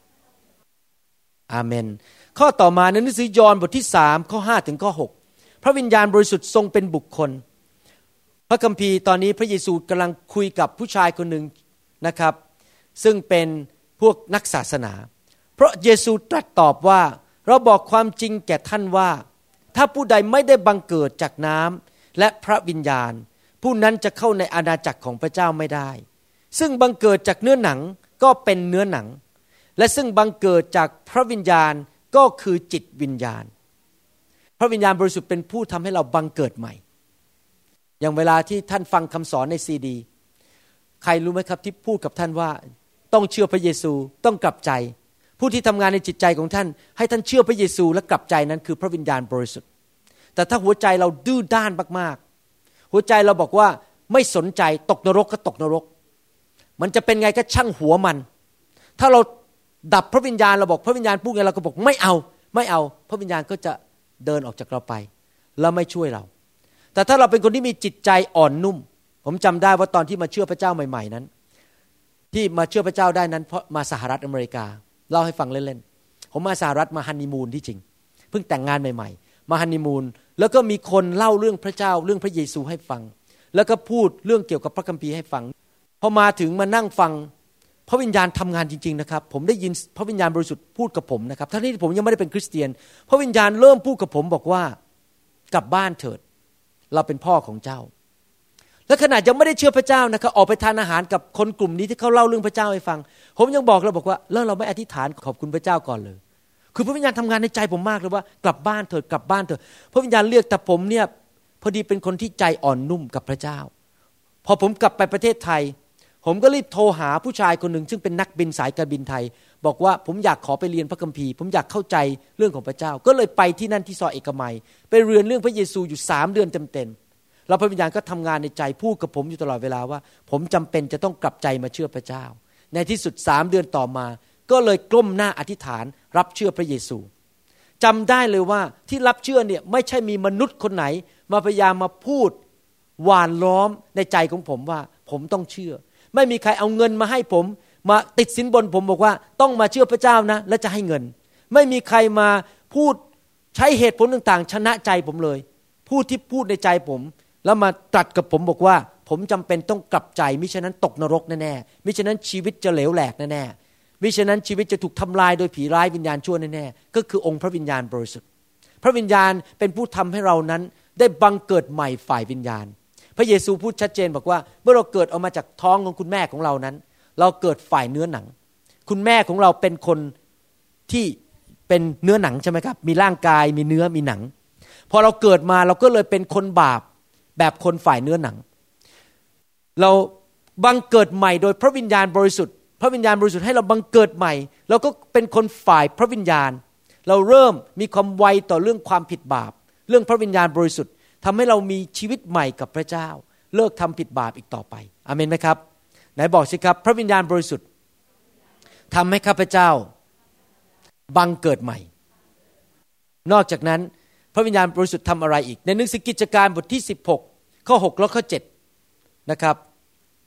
อาเมนข้อต่อมาในหนังสือยอห์นบทที่สามข้อห้าถึงข้อหกพระวิญญาณบริสุทธิ์ทรงเป็นบุคคลพระคัมภีร์ตอนนี้พระเยซูกำลังคุยกับผู้ชายคนหนึ่งนะครับซึ่งเป็นพวกนักศาสนาเพราะเยซูตรัสตอบว่าเราบอกความจริงแก่ท่านว่าถ้าผู้ใดไม่ได้บังเกิดจากน้ำและพระวิญญาณผู้นั้นจะเข้าในอาณาจักรของพระเจ้าไม่ได้ซึ่งบังเกิดจากเนื้อหนังก็เป็นเนื้อหนังและซึ่งบังเกิดจากพระวิญญาณก็คือจิตวิญญาณพระวิญญาณบริสุทธิ์เป็นผู้ทำให้เราบังเกิดใหม่อย่างเวลาที่ท่านฟังคำสอนในซีดีใครรู้ไหมครับที่พูดกับท่านว่าต้องเชื่อพระเยซูต้องกลับใจผู้ที่ทำงานในจิตใจของท่านให้ท่านเชื่อพระเยซูและกลับใจนั้นคือพระวิญญาณบริสุทธิ์แต่ถ้าหัวใจเราดื้อด้านมากๆหัวใจเราบอกว่าไม่สนใจตกนรกก็ตกนรกมันจะเป็นไงก็ช่างหัวมันถ้าเราดับพระวิญญาณเราบอกพระวิญญาณพูดไงเราก็บอกไม่เอาไม่เอาพระวิญญาณก็จะเดินออกจากเราไปแล้วไม่ช่วยเราแต่ถ้าเราเป็นคนที่มีจิตใจอ่อนนุ่มผมจำได้ว่าตอนที่มาเชื่อพระเจ้าใหม่ๆนั้นที่มาเชื่อพระเจ้าได้นั้นเพราะมาสหรัฐอเมริกาเล่าให้ฟังเล่นๆผมมาสหรัฐมาฮันนีมูนที่จริงเพิ่งแต่งงานใหม่ๆมาฮันนีมูนแล้วก็มีคนเล่าเรื่องพระเจ้าเรื่องพระเยซูให้ฟังแล้วก็พูดเรื่องเกี่ยวกับพระคัมภีร์ให้ฟังพอมาถึงมานั่งฟังพระวิญญาณทำงานจริงๆนะครับผมได้ยินพระวิญญาณบริสุทธิ์พูดกับผมนะครับทั้งที่ผมยังไม่ได้เป็นคริสเตียนพระวิญญาณเริ่มพูดกับผมบอกว่ากลับบ้านเถิดเราเป็นพ่อของเจ้าและขนาดยังไม่ได้เชื่อพระเจ้านะครับออกไปทานอาหารกับคนกลุ่มนี้ที่เขาเล่าเรื่องพระเจ้าให้ฟังผมยังบอกเราบอกว่าแล้วเราไม่อธิษฐานขอบคุณพระเจ้าก่อนเลยคือพระวิญญาณทำงานในใจผมมากเลยว่ากลับบ้านเถิดกลับบ้านเถิดพระวิญญาณเรียกแต่ผมเนี่ยพอดีเป็นคนที่ใจอ่อนนุ่มกับพระเจ้าพอผมกลับไปประเทศไทยผมก็รีบโทรหาผู้ชายคนหนึ่งซึ่งเป็นนักบินสายการบินไทยบอกว่าผมอยากขอไปเรียนพระคัมภีร์ผมอยากเข้าใจเรื่องของพระเจ้าก็เลยไปที่นั่นที่ซอยเอกมัยไปเรียนเรื่องพระเยซูอยู่สามเดือนเต็มๆแล้วพระวิญญาณก็ทำงานในใจพูดกับผมอยู่ตลอดเวลาว่าผมจำเป็นจะต้องกลับใจมาเชื่อพระเจ้าในที่สุดสามเดือนต่อมาก็เลยกล้มหน้าอธิษฐานรับเชื่อพระเยซูจำได้เลยว่าที่รับเชื่อเนี่ยไม่ใช่มีมนุษย์คนไหนมาพยายามมาพูดหวานล้อมในใจของผมว่าผมต้องเชื่อไม่มีใครเอาเงินมาให้ผมมาติดสินบนผมบอกว่าต้องมาเชื่อพระเจ้านะและจะให้เงินไม่มีใครมาพูดใช้เหตุผลต่างๆชนะใจผมเลยพูดที่พูดในใจผมแล้วมาตรัสกับผมบอกว่าผมจำเป็นต้องกลับใจมิฉะนั้นตกนรกแน่ๆมิฉะนั้นชีวิตจะเหลวแหลกแน่ๆมิฉะนั้นชีวิตจะถูกทำลายโดยผีร้ายวิญญาณชั่วแน่ๆก็คือองค์พระวิญญาณบริสุทธิ์พระวิญญาณเป็นผู้ทำให้เรานั้นได้บังเกิดใหม่ฝ่ายวิญญาณพระเยซูพูดชัดเจนบอกว่าเมื่อเราเกิดออกมาจากท้องของคุณแม่ของเรานั้นเราเกิดฝ่ายเนื้อหนังคุณแม่ของเราเป็นคนที่เป็นเนื้อหนังใช่ไหมครับมีร่างกายมีเนื้อมีหนังพอเราเกิดมาเราก็เลยเป็นคนบาปแบบคนฝ่ายเนื้อหนังเราบังเกิดใหม่โดยพระวิญญาณบริสุทธิ์พระวิญญาณบริสุทธิ์ให้เราบังเกิดใหม่เราก็เป็นคนฝ่ายพระวิญญาณเราเริ่มมีความไวต่อเรื่องความผิดบาปเรื่องพระวิญญาณบริสุทธิ์ทำให้เรามีชีวิตใหม่กับพระเจ้าเลิกทำผิดบาปอีกต่อไปอาเมนไหมครับไหนบอกสิครับพระวิญญาณบริสุทธิ์ทำให้ข้าพเจ้าบังเกิดใหม่นอกจากนั้นพระวิญญาณบริสุทธิ์ทำอะไรอีกในหนังสือกิจการบทที่สิบหกข้อหกและข้อเจ็ดนะครับ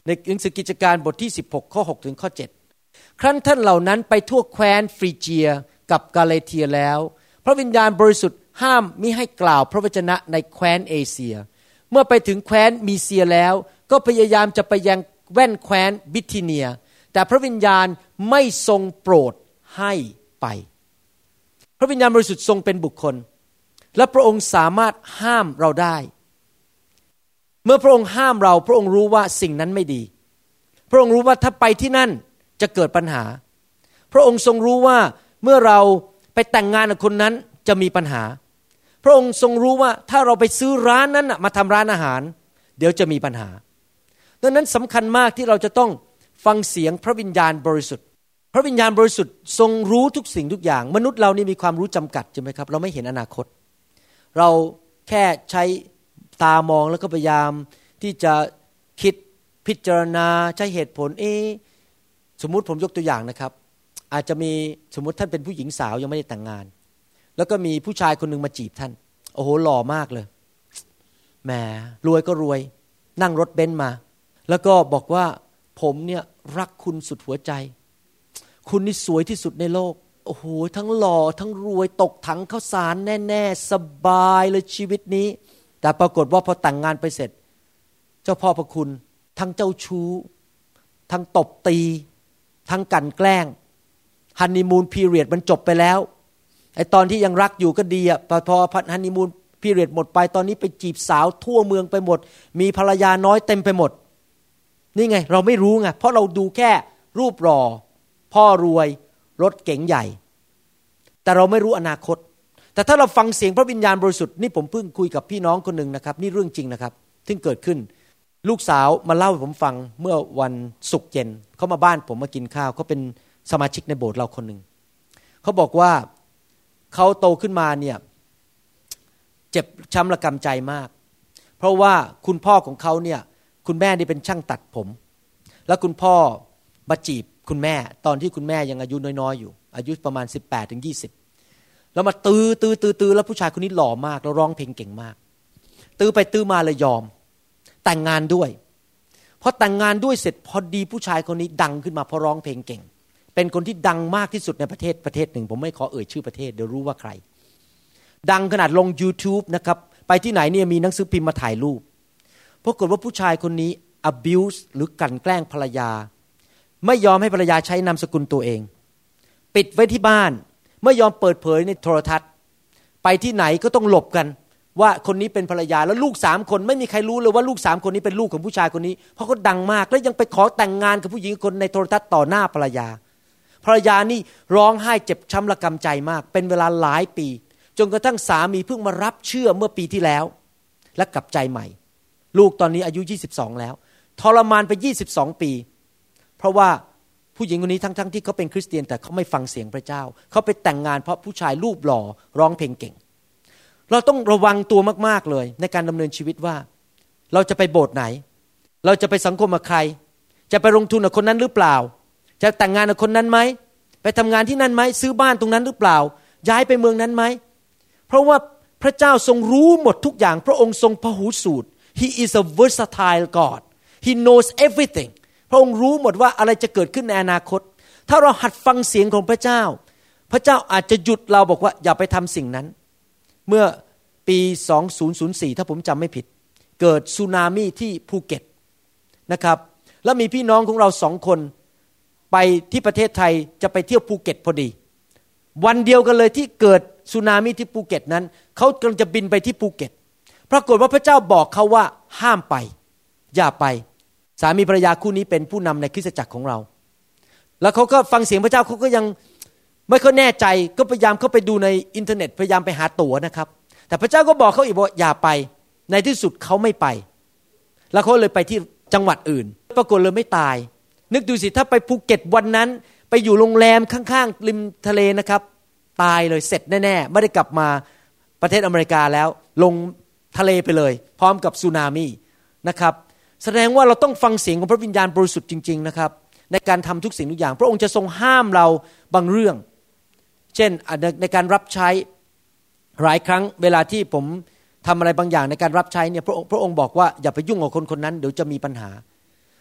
ในหนังสือกิจการบทที่สิบหกข้อหกถึงข้อเจ็ดครั้นท่านเหล่านั้นไปทั่วแคว้นฟรีเจียกับกาเลเทียแล้วพระวิญญาณบริสุทธิ์ห้ามมิให้กล่าวพระวจนะในแคว้นเอเชียเมื่อไปถึงแคว้นมีเซียแล้วก็พยายามจะไปยังแว่นแคว้นบิทิเนียแต่พระวิญญาณไม่ทรงโปรดให้ไปพระวิญญาณบริสุทธิ์ทรงเป็นบุคคลและพระองค์สามารถห้ามเราได้เมื่อพระองค์ห้ามเราพระองค์รู้ว่าสิ่งนั้นไม่ดีพระองค์รู้ว่าถ้าไปที่นั่นจะเกิดปัญหาพระองค์ทรงรู้ว่าเมื่อเราไปแต่งงานกับคนนั้นจะมีปัญหาพระองค์ทรงรู้ว่าถ้าเราไปซื้อร้านนั้นมาทำร้านอาหารเดี๋ยวจะมีปัญหาดังนั้นสำคัญมากที่เราจะต้องฟังเสียงพระวิญญาณบริสุทธิ์พระวิญญาณบริสุทธิ์ทรงรู้ทุกสิ่งทุกอย่างมนุษย์เรานี่มีความรู้จำกัดใช่ไหมครับเราไม่เห็นอนาคตเราแค่ใช้ตามองแล้วก็พยายามที่จะคิดพิจารณาใช้เหตุผลเอ๊ะสมมุติผมยกตัวอย่างนะครับอาจจะมีสมมุติท่านเป็นผู้หญิงสาวยังไม่ได้แต่งงานแล้วก็มีผู้ชายคนนึงมาจีบท่านโอ้โหหล่อมากเลยแหมรวยก็รวยนั่งรถเบนซ์มาแล้วก็บอกว่าผมเนี่ยรักคุณสุดหัวใจคุณนี่สวยที่สุดในโลกโอ้โหทั้งหล่อทั้งรวยตกถังข้าวสารแน่ๆสบายเลยชีวิตนี้แต่ปรากฏว่าพอแต่งงานไปเสร็จเจ้าพ่อพระคุณทั้งเจ้าชู้ทั้งตบตีทั้งกลั่นแกล้งฮันนีมูนพีเรียดมันจบไปแล้วไอ้ตอนที่ยังรักอยู่ก็ดีอ่ะพอฮันนีมูนพีเรียดหมดไปตอนนี้ไปจีบสาวทั่วเมืองไปหมดมีภรรยาน้อยเต็มไปหมดนี่ไงเราไม่รู้ไงเพราะเราดูแค่รูปหล่อพ่อรวยรถเก๋งใหญ่แต่เราไม่รู้อนาคตแต่ถ้าเราฟังเสียงพระวิญญาณบริสุทธิ์นี่ผมเพิ่งคุยกับพี่น้องคนหนึ่งนะครับนี่เรื่องจริงนะครับที่เกิดขึ้นลูกสาวมาเล่าให้ผมฟังเมื่อวันศุกร์เย็นเขามาบ้านผมมากินข้าวเขาเป็นสมาชิกในโบสถ์เราคนหนึ่งเขาบอกว่าเขาโตขึ้นมาเนี่ยเจ็บช้ำระกำใจมากเพราะว่าคุณพ่อของเขาเนี่ยคุณแม่นี่เป็นช่างตัดผมแล้วคุณพ่อมาจีบคุณแม่ตอนที่คุณแม่ยังอายุน้อยๆอยู่อายุประมาณสิบแปดถึงยี่สิบแล้วมาตื้อตื้อตื้อตื้อแล้วผู้ชายคนนี้หล่อมากแล้วร้องเพลงเก่งมากตื้อไปตื้อมาเลยยอมแต่งงานด้วยพอแต่งงานด้วยเสร็จพอดีผู้ชายคนนี้ดังขึ้นมาเพราะร้องเพลงเก่งเป็นคนที่ดังมากที่สุดในประเทศประเทศหนึ่งผมไม่ขอเอ่ยชื่อประเทศเดี๋ยวรู้ว่าใครดังขนาดลง YouTube นะครับไปที่ไหนเนี่ยมีหนังสือพิมพ์มาถ่ายรูปปรากฏว่าผู้ชายคนนี้ abuse หรือกลั่นแกล้งภรรยาไม่ยอมให้ภรรยาใช้นามสกุลตัวเองปิดไว้ที่บ้านไม่ยอมเปิดเผยในโทรทัศน์ไปที่ไหนก็ต้องหลบกันว่าคนนี้เป็นภรรยาแล้วลูกสามคนไม่มีใครรู้เลยว่าลูกสามคนนี้เป็นลูกของผู้ชายคนนี้เพราะเขาดังมากแล้วยังไปขอแต่งงานกับผู้หญิงคนในโทรทัศน์ต่อหน้าภรรยาภรรยานี่ร้องไห้เจ็บช้ำระกำใจมากเป็นเวลาหลายปีจนกระทั่งสามีเพิ่งมารับเชื่อเมื่อปีที่แล้วและกลับใจใหม่ลูกตอนนี้อายุยี่สิบสองแล้วทรมานไปยี่สิบสองปีเพราะว่าผู้หญิงคนนี้ทั้งๆที่เขาเป็นคริสเตียนแต่เขาไม่ฟังเสียงพระเจ้าเขาไปแต่งงานเพราะผู้ชายรูปหล่อร้องเพลงเก่งเราต้องระวังตัวมากๆเลยในการดำเนินชีวิตว่าเราจะไปโบสถ์ไหนเราจะไปสังคมกับใครจะไปลงทุนกับคนนั้นหรือเปล่าจะแต่งงานกับคนนั้นไหมไปทำงานที่นั่นไหมซื้อบ้านตรงนั้นหรือเปล่าย้ายไปเมืองนั้นไหมเพราะว่าพระเจ้าทรงรู้หมดทุกอย่างพระองค์ทรงพหูสูตร He is a versatile God He knows everything พระองค์รู้หมดว่าอะไรจะเกิดขึ้นในอนาคตถ้าเราหัดฟังเสียงของพระเจ้าพระเจ้าอาจจะหยุดเราบอกว่าอย่าไปทำสิ่งนั้นเมื่อปีสองพันสี่ถ้าผมจำไม่ผิดเกิดสึนามิที่ภูเก็ตนะครับแล้วมีพี่น้องของเราสองคนไปที่ประเทศไทยจะไปเที่ยวภูเก็ตพอดีวันเดียวกันเลยที่เกิดสึนามิที่ภูเก็ตนั้นเขากำลังจะบินไปที่ภูเก็ตปรากฏว่าพระเจ้าบอกเขาว่าห้ามไปอย่าไปสามีภรรยาคู่นี้เป็นผู้นำในคริสตจักรของเราแล้วเขาก็ฟังเสียงพระเจ้าเขาก็ยังไม่ค่อยแน่ใจก็พยายามเข้าไปดูในอินเทอร์เน็ตพยายามไปหาตั๋วนะครับแต่พระเจ้าก็บอกเขาอีกว่าอย่าไปในที่สุดเขาไม่ไปแล้วเขาเลยไปที่จังหวัดอื่นปรากฏเลยไม่ตายนึกดูสิถ้าไปภูเก็ตวันนั้นไปอยู่โรงแรมข้างๆริมทะเลนะครับตายเลยเสร็จแน่ๆไม่ได้กลับมาประเทศอเมริกาแล้วลงทะเลไปเลยพร้อมกับสึนามินะครับแสดงว่าเราต้องฟังเสียงของพระวิญญาณบริสุทธิ์จริงๆนะครับในการทำทุกสิ่งทุกอย่างพระองค์จะทรงห้ามเราบางเรื่องเช่นในการรับใช้หลายครั้งเวลาที่ผมทำอะไรบางอย่างในการรับใช้เนี่ยพระองค์พระองค์บอกว่าอย่าไปยุ่งกับคนคนนั้นเดี๋ยวจะมีปัญหา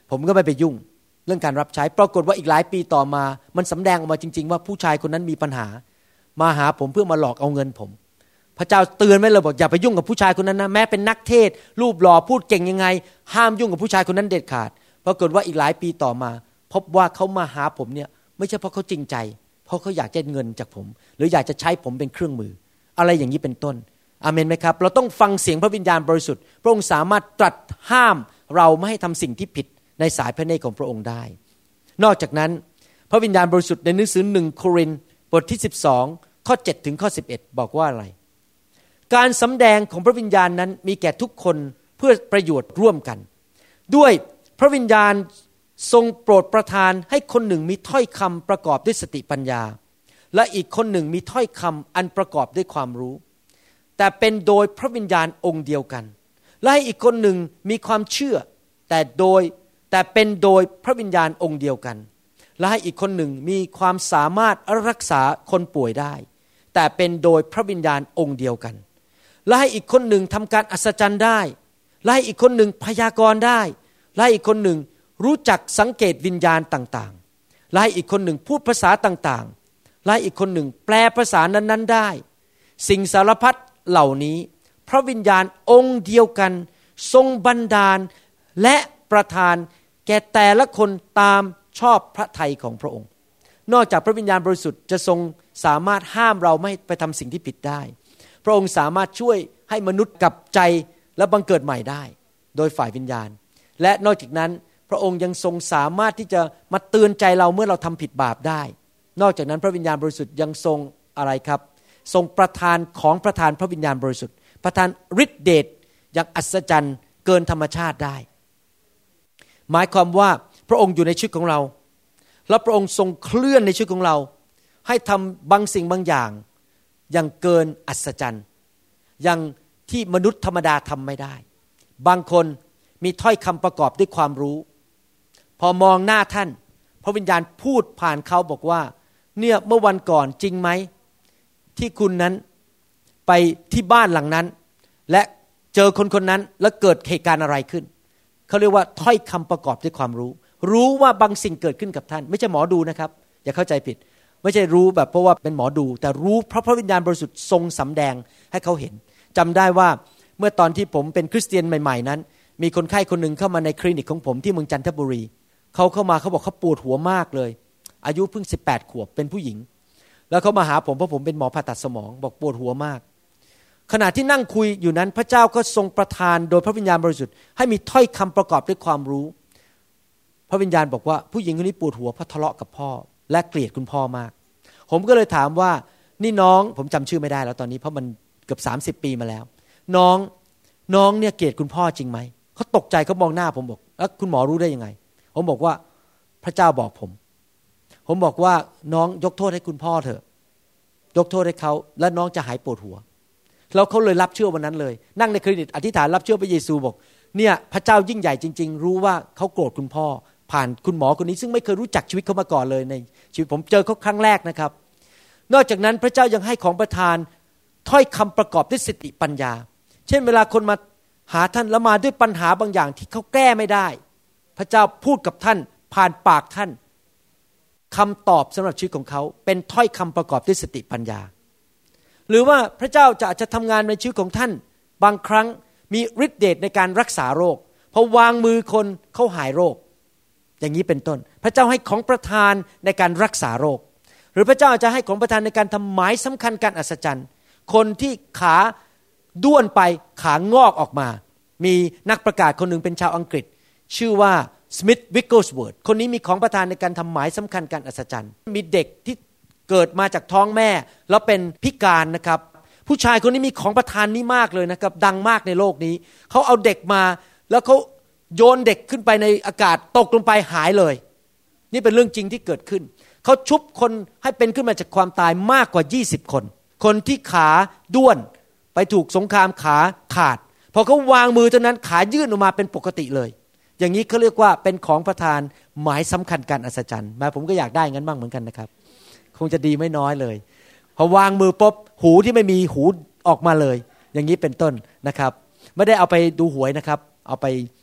ผมก็ไม่ไปยุ่งเรื่องการรับใช้ปรากฏว่าอีกหลายปีต่อมามันสำแดงออกมาจริงๆว่าผู้ชายคนนั้นมีปัญหามาหาผมเพื่อมาหลอกเอาเงินผมพระเจ้าเตือนไว้เลยบอกอย่าไปยุ่งกับผู้ชายคนนั้นนะแม้เป็นนักเทศรูปหล่อพูดเก่งยังไงห้ามยุ่งกับผู้ชายคนนั้นเด็ดขาดปรากฏว่าอีกหลายปีต่อมาพบว่าเขามาหาผมเนี่ยไม่ใช่เพราะเขาจริงใจเพราะเขาอยากได้เงินจากผมหรืออยากจะใช้ผมเป็นเครื่องมืออะไรอย่างนี้เป็นต้นอาเมนไหมครับเราต้องฟังเสียงพระวิญญาณบริสุทธิ์พระองค์สามารถตรัสห้ามเราไม่ให้ทำสิ่งที่ผิดในสายพระเนตรของพระองค์ได้นอกจากนั้นพระวิญญาณบริสุทธิ์ในหนังสือหนึ่งโครินธ์บทที่สิบสองข้อเจ็ดถึงข้อสิบเอ็ดบอกว่าอะไรการสำแดงของพระวิญญาณนั้นมีแก่ทุกคนเพื่อประโยชน์ร่วมกันด้วยพระวิญญาณทรงโปรดประทานให้คนหนึ่งมีถ้อยคำประกอบด้วยสติปัญญาและอีกคนหนึ่งมีถ้อยคำอันประกอบด้วยความรู้แต่เป็นโดยพระวิญญาณองค์เดียวกันและให้อีกคนหนึ่งมีความเชื่อแต่โดยแต่เป็นโดยพระวิญญาณองค์เดียวกันและให้อีกคนหนึ่งมีความสามารถรักษาคนป่วยได้แต่เป็นโดยพระวิญญาณองค์เดียวกันและให้อีกคนหนึ่งทำการอัศจรรย์ได้และให้อีกคนหนึ่งพยากรณ์ได้และให้อีกคนหนึ่งรู้จักสังเกตวิญญาณต่างๆและให้อีกคนหนึ่งพูดภาษาต่างๆและให้อีกคนหนึ่งแปลภาษานั้นๆได้สิ่งสารพัดเหล่านี้พระวิญญาณองค์เดียวกันทรงบันดาลและประทานแก่แต่ละคนตามชอบพระทัยของพระองค์นอกจากพระวิญญาณบริสุทธิ์จะทรงสามารถห้ามเราไม่ไปทำสิ่งที่ผิดได้พระองค์สามารถช่วยให้มนุษย์กลับใจและบังเกิดใหม่ได้โดยฝ่ายวิญญาณและนอกจากนั้นพระองค์ยังทรงสามารถที่จะมาเตือนใจเราเมื่อเราทำผิดบาปได้นอกจากนั้นพระวิญญาณบริสุทธิ์ยังทรงอะไรครับทรงประทานของประทานพระวิญญาณบริสุทธิ์ประทานฤทธิเดชอย่างอัศจรรย์เกินธรรมชาติได้หมายความว่าพระองค์อยู่ในชีวิตของเราและพระองค์ทรงเคลื่อนในชีวิตของเราให้ทำบางสิ่งบางอย่างอย่างเกินอัศจรรย์อย่างที่มนุษย์ธรรมดาทำไม่ได้บางคนมีถ้อยคำประกอบด้วยความรู้พอมองหน้าท่านพระวิญญาณพูดผ่านเขาบอกว่าเนี่ยเมื่อวันก่อนจริงไหมที่คุณนั้นไปที่บ้านหลังนั้นและเจอคนคนนั้นแล้วเกิดเหตุการณ์อะไรขึ้นเขาเรียกว่าถ้อยคำประกอบด้วยความรู้รู้ว่าบางสิ่งเกิดขึ้นกับท่านไม่ใช่หมอดูนะครับอย่าเข้าใจผิดไม่ใช่รู้แบบเพราะว่าเป็นหมอดูแต่รู้เพราะพระวิญญาณบริสุทธิ์ทรงสำแดงให้เขาเห็นจำได้ว่าเมื่อตอนที่ผมเป็นคริสเตียนใหม่ๆนั้นมีคนไข้คนหนึ่งเข้ามาในคลินิกของผมที่เมืองจันทบุรีเขาเข้ามาเขาบอกเขาปวดหัวมากเลยอายุเพิ่งสิบแปดขวบเป็นผู้หญิงแล้วเขามาหาผมเพราะผมเป็นหมอผ่าตัดสมองบอกปวดหัวมากขณะที่นั่งคุยอยู่นั้นพระเจ้าก็ทรงประทานโดยพระวิญญาณบริสุทธิ์ให้มีถ้อยคำประกอบด้วยความรู้พระวิญญาณบอกว่าผู้หญิงคนนี้ปวดหัวเพราะทะเลาะกับพ่อและเกลียดคุณพ่อมากผมก็เลยถามว่านี่น้องผมจำชื่อไม่ได้แล้วตอนนี้เพราะมันเกือบสามสิบปีมาแล้วน้องน้องเนี่ยเกลียดคุณพ่อจริงไหมเขาตกใจเขามองหน้าผมบอกแล้วคุณหมอรู้ได้ยังไงผมบอกว่าพระเจ้าบอกผมผมบอกว่าน้องยกโทษให้คุณพ่อเถอะยกโทษให้เขาและน้องจะหายปวดหัวแล้วเขาเลยรับเชื่อวันนั้นเลยนั่งในคลินิกอธิษฐานรับเชื่อพระเยซูบอกเนี่ยพระเจ้ายิ่งใหญ่จริงๆรู้ว่าเขาโกรธคุณพ่อผ่านคุณหมอคนนี้ซึ่งไม่เคยรู้จักชีวิตเขามาก่อนเลยในชีวิตผมเจอเขาครั้งแรกนะครับนอกจากนั้นพระเจ้ายังให้ของประทานถ้อยคำประกอบด้วยสติปัญญาเช่นเวลาคนมาหาท่านแล้วมาด้วยปัญหาบางอย่างที่เขาแก้ไม่ได้พระเจ้าพูดกับท่านผ่านปากท่านคำตอบสำหรับชีวิตของเขาเป็นถ้อยคำประกอบด้วยสติปัญญาหรือว่าพระเจ้าจะอาจจะทำงานในชีวิตของท่านบางครั้งมีฤทธิ์เดชในการรักษาโรคพอวางมือคนเขาหายโรคอย่างนี้เป็นต้นพระเจ้าให้ของประทานในการรักษาโรคหรือพระเจ้าจะให้ของประทานในการทำหมายสำคัญการอัศจรรย์คนที่ขาด้วนไปขางอกออกมามีนักประกาศคนหนึ่งเป็นชาวอังกฤษชื่อว่าสมิธวิกเกิลสเวิร์ธคนนี้มีของประทานในการทำหมายสำคัญการอัศจรรย์มีเด็กที่เกิดมาจากท้องแม่แล้วเป็นพิการนะครับผู้ชายคนนี้มีของประทานนี้มากเลยนะครับดังมากในโลกนี้เขาเอาเด็กมาแล้วเขาโยนเด็กขึ้นไปในอากาศตกลงไปหายเลยนี่เป็นเรื่องจริงที่เกิดขึ้นเขาชุบคนให้เป็นขึ้นมาจากความตายมากกว่ายี่สิบคนคนที่ขาด้วนไปถูกสงครามขาขาดพอเขาวางมือเท่านั้นขายื่นออกมาเป็นปกติเลยอย่างนี้เขาเรียกว่าเป็นของประทานหมายสำคัญการอัศจรรย์แม้ผมก็อยากได้งั้นบ้างเหมือนกันนะครับคงจะดีไม่น้อยเลยพอวางมือปุ๊บหูที่ไม่มีหูออกมาเลยอย่างนี้เป็นต้นนะครับไม่ได้เอาไปดูหวยนะครับเอาไป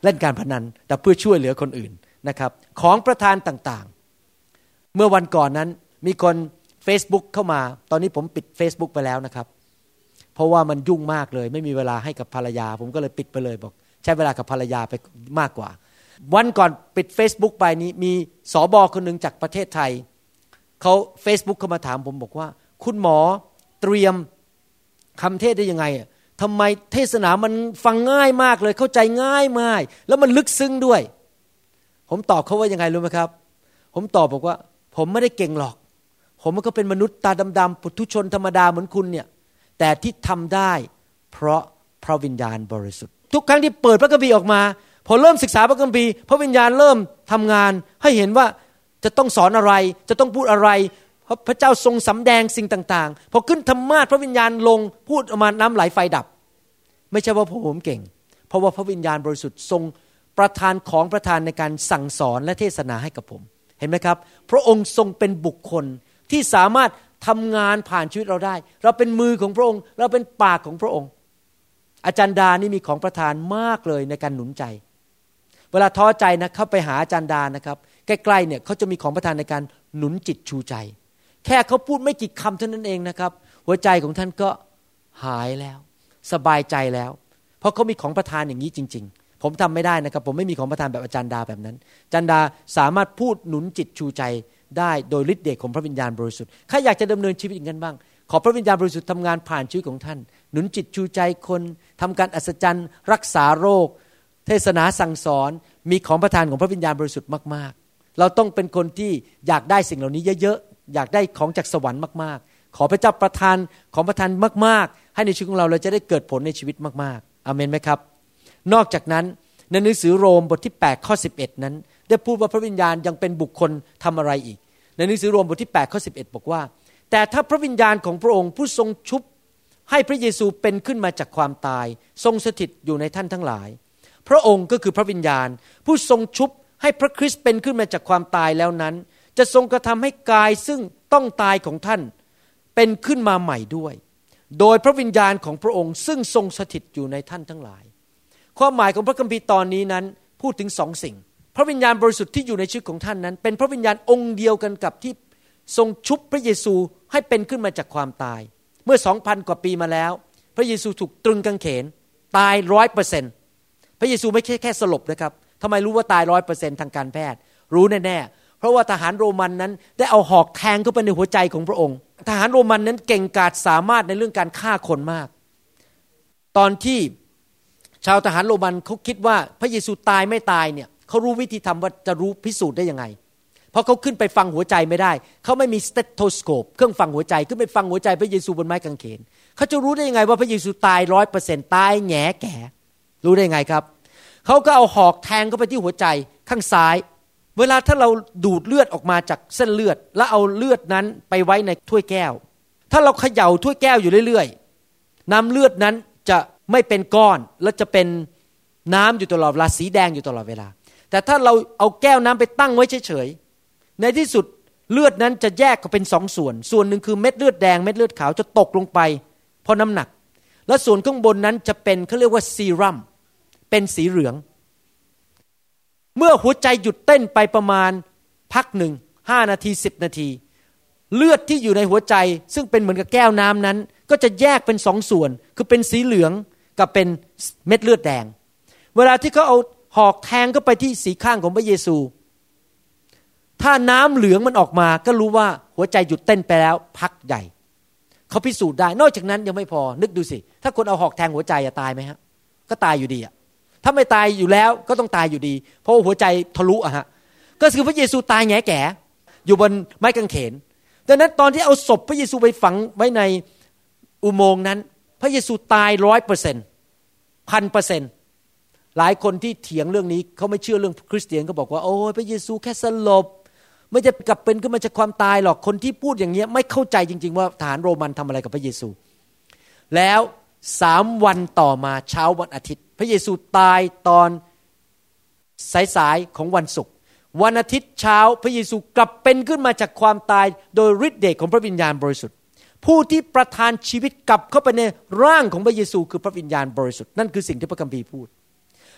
เล่นการพนันแต่เพื่อช่วยเหลือคนอื่นนะครับของประทานต่างๆเมื่อวันก่อนนั้นมีคน Facebook เข้ามาตอนนี้ผมปิด Facebook ไปแล้วนะครับเพราะว่ามันยุ่งมากเลยไม่มีเวลาให้กับภรรยาผมก็เลยปิดไปเลยบอกใช้เวลากับภรรยาไปมากกว่าวันก่อนปิด Facebook ไปนี้มีสบคนนึงจากประเทศไทยเขา Facebook เข้ามาถามผมบอกว่าคุณหมอเตรียมคำเทศได้ยังไงทำไมเทศนามันฟังง่ายมากเลยเข้าใจง่ายมากแล้วมันลึกซึ้งด้วยผมตอบเขาว่ายังไงรู้ไหมครับผมตอบบอกว่าผมไม่ได้เก่งหรอกผมก็เป็นมนุษย์ตาดำๆปุถุชนธรรมดาเหมือนคุณเนี่ยแต่ที่ทำได้เพราะพระวิญญาณบริสุทธิ์ทุกครั้งที่เปิดพระคัมภีร์ออกมาพอเริ่มศึกษาพระคัมภีร์พระวิญญาณเริ่มทำงานให้เห็นว่าจะต้องสอนอะไรจะต้องพูดอะไรเพราะพระเจ้าทรงสำแดงสิ่งต่างๆพอขึ้นธรรมาสน์พระวิญญาณลงพูดออกมาน้ำไหลไฟดับไม่ใช่ว่าผมเก่งเพราะว่าพระวิญญาณบริสุทธิ์ทรงประทานของประทานในการสั่งสอนและเทศนาให้กับผมเห็นไหมครับพระองค์ทรงเป็นบุคคลที่สามารถทำงานผ่านชีวิตเราได้เราเป็นมือของพระองค์เราเป็นปากของพระองค์อาจารย์ดานี่มีของประทานมากเลยในการหนุนใจเวลาท้อใจนะเข้าไปหาอาจารย์ดานะครับใกล้ๆเนี่ยเขาจะมีของประทานในการหนุนจิตชูใจแค่เขาพูดไม่กี่คำเท่านั้นเองนะครับหัวใจของท่านก็หายแล้วสบายใจแล้วเพราะเขามีของประทานอย่างนี้จริงๆผมทำไม่ได้นะครับผมไม่มีของประทานแบบอาจารย์ดาแบบนั้นอาจารย์ดาสามารถพูดหนุนจิตชูใจได้โดยฤทธิ์เดชของพระวิญญาณบริสุทธิ์ใครอยากจะดำเนินชีวิตอย่างนั้นบ้างขอพระวิญญาณบริสุทธิ์ทำงานผ่านชีวิตของท่านหนุนจิตชูใจคนทำการอัศจรรย์รักษาโรคเทศนาสั่งสอนมีของประทานของพระวิญญาณบริสุทธิ์มากๆเราต้องเป็นคนที่อยากได้สิ่งเหล่านี้เยอะๆอยากได้ของจากสวรรค์มากๆขอพระเจ้าประทานของประทานมากๆให้ในชีวิตของเราเราจะได้เกิดผลในชีวิตมากๆอาเมนไหมครับนอกจากนั้นในหนังสือโรมบทที่แปดข้อสิบเอ็ดนั้นได้พูดว่าพระวิญญาณยังเป็นบุคคลทำอะไรอีกในหนังสือโรมบทที่แปดข้อสิบเอ็ดบอกว่าแต่ถ้าพระวิญญาณของพระองค์ผู้ทรงชุบให้พระเยซูเป็นขึ้นมาจากความตายทรงสถิตอยู่ในท่านทั้งหลายพระองค์ก็คือพระวิญญาณผู้ทรงชุบให้พระคริสต์เป็นขึ้นมาจากความตายแล้วนั้นจะทรงกระทำให้กายซึ่งต้องตายของท่านเป็นขึ้นมาใหม่ด้วยโดยพระวิญญาณของพระองค์ซึ่งทรงสถิตอยู่ในท่านทั้งหลายความหมายของพระคัมภีร์ตอนนี้นั้นพูดถึงสองสิ่งพระวิญญาณบริสุทธิ์ที่อยู่ในชีวิตของท่านนั้นเป็นพระวิญญาณองค์เดียวกันกับที่ทรงชุบพระเยซูให้เป็นขึ้นมาจากความตายเมื่อ สองพัน กว่าปีมาแล้วพระเยซูถูกตรึงกางเขนตาย ร้อยเปอร์เซ็นต์ พระเยซูไม่ใช่แค่สลบนะครับทำไมรู้ว่าตาย ร้อยเปอร์เซ็นต์ ทางการแพทย์รู้แน่ๆเพราะว่าทหารโรมันนั้นได้เอาหอกแทงเข้าไปในหัวใจของพระองค์ทหารโรมันนั้นเก่งกาจสามารถในเรื่องการฆ่าคนมากตอนที่ชาวทหารโรมันเขาคิดว่าพระเยซูตายไม่ตายเนี่ยเขารู้วิธีทำว่าจะรู้พิสูจน์ได้ยังไงเพราะเขาขึ้นไปฟังหัวใจไม่ได้เขาไม่มีสเตโทสโคปเครื่องฟังหัวใจขึ้นไปฟังหัวใจพระเยซูบนไม้กางเขนเขาจะรู้ได้ยังไงว่าพระเยซูตาย ร้อยเปอร์เซ็นต์ ตายแง่แก่รู้ได้ยังไงครับเขาก็เอาหอกแทงเข้าไปที่หัวใจข้างซ้ายเวลาถ้าเราดูดเลือดออกมาจากเส้นเลือดแล้วเอาเลือดนั้นไปไว้ในถ้วยแก้วถ้าเราเขย่าถ้วยแก้วอยู่เรื่อยๆน้ำเลือดนั้นจะไม่เป็นก้อนและจะเป็นน้ำอยู่ตลอดเวลาสีแดงอยู่ตลอดเวลาแต่ถ้าเราเอาแก้วน้ำไปตั้งไว้เฉยๆในที่สุดเลือดนั้นจะแยกออกเป็นสองส่วนส่วนหนึ่งคือเม็ดเลือดแดงเม็ดเลือดขาวจะตกลงไปเพราะน้ำหนักและส่วนข้างบนนั้นจะเป็นเขาเรียกว่าซีรัมเป็นสีเหลืองเมื่อหัวใจหยุดเต้นไปประมาณพักหนึ่งห้านาทีสิบนาทีเลือดที่อยู่ในหัวใจซึ่งเป็นเหมือนกับแก้วน้ำนั้นก็จะแยกเป็นสองส่วนคือเป็นสีเหลืองกับเป็นเม็ดเลือดแดงเวลาที่เขาเอาหอกแทงเข้าไปที่สีข้างของพระเยซูถ้าน้ำเหลืองมันออกมาก็รู้ว่าหัวใจหยุดเต้นไปแล้วพักใหญ่เขาพิสูจน์ได้นอกจากนั้นยังไม่พอนึกดูสิถ้าคนเอาหอกแทงหัวใจจะตายไหมฮะก็ตายอยู่ดีอะถ้าไม่ตายอยู่แล้วก็ต้องตายอยู่ดีเพราะหัวใจทะลุอะฮะก็คือพระเยซูตายแง่แก่อยู่บนไม้กางเขนดังนั้นตอนที่เอาศพพระเยซูไปฝังไว้ในอุโมงค์นั้นพระเยซูตาย ร้อยเปอร์เซ็นต์ พันเปอร์เซ็นต์ หลายคนที่เถียงเรื่องนี้เขาไม่เชื่อเรื่องคริสเตียนก็บอกว่าโอ้ยพระเยซูแค่สลบไม่จะกลับเป็นขึ้นมาจากความตายหรอกคนที่พูดอย่างเงี้ยไม่เข้าใจจริงๆว่าทหารโรมันทำอะไรกับพระเยซูแล้วสามวันต่อมาเช้าวันอาทิตย์พระเยซูตายตอนสายๆของวันศุกร์วันอาทิตย์เช้าพระเยซูกลับเป็นขึ้นมาจากความตายโดยฤทธิ์เดชของพระวิญญาณบริสุทธิ์ผู้ที่ประทานชีวิตกลับเข้าไปในร่างของพระเยซูคือพระวิญญาณบริสุทธิ์นั่นคือสิ่งที่พระคัมภีร์พูด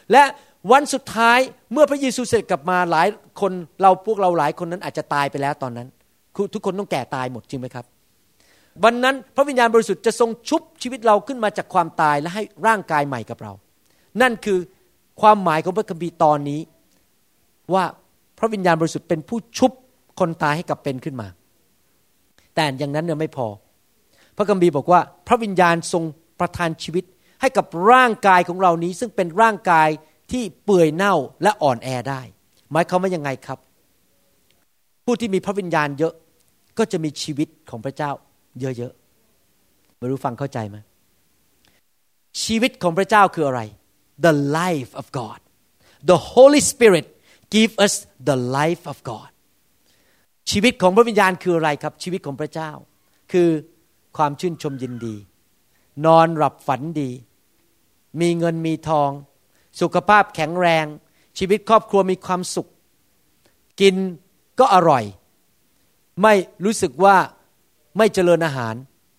และวันสุดท้ายเมื่อพระเยซูเสด็จกลับมาหลายคนเราพวกเราหลายคนนั้นอาจจะตายไปแล้วตอนนั้นทุกคนต้องแก่ตายหมดจริงไหมครับวันนั้นพระวิญญาณบริสุทธิ์จะทรงชุบชีวิตเราขึ้นมาจากความตายและให้ร่างกายใหม่กับเรานั่นคือความหมายของพระคัมภีร์ตอนนี้ว่าพระวิญญาณบริสุทธิ์เป็นผู้ชุบคนตายให้กลับเป็นขึ้นมาแต่อย่างนั้นเนี่ยไม่พอพระคัมภีร์บอกว่าพระวิญญาณทรงประทานชีวิตให้กับร่างกายของเรานี้ซึ่งเป็นร่างกายที่เปื่อยเน่าและอ่อนแอได้หมายความว่ายังไงครับผู้ที่มีพระวิญญาณเยอะก็จะมีชีวิตของพระเจ้าเยอะๆไม่รู้ฟังเข้าใจไหมชีวิตของพระเจ้าคืออะไร The life of God The Holy Spirit give us the life of God ชีวิตของพระวิญญาณคืออะไรครับชีวิตของพระเจ้าคือความชื่นชมยินดีนอนหลับฝันดีมีเงินมีทองสุขภาพแข็งแรงชีวิตครอบครัวมีความสุขกินก็อร่อยไม่รู้สึกว่าไม่เจริญอาหาร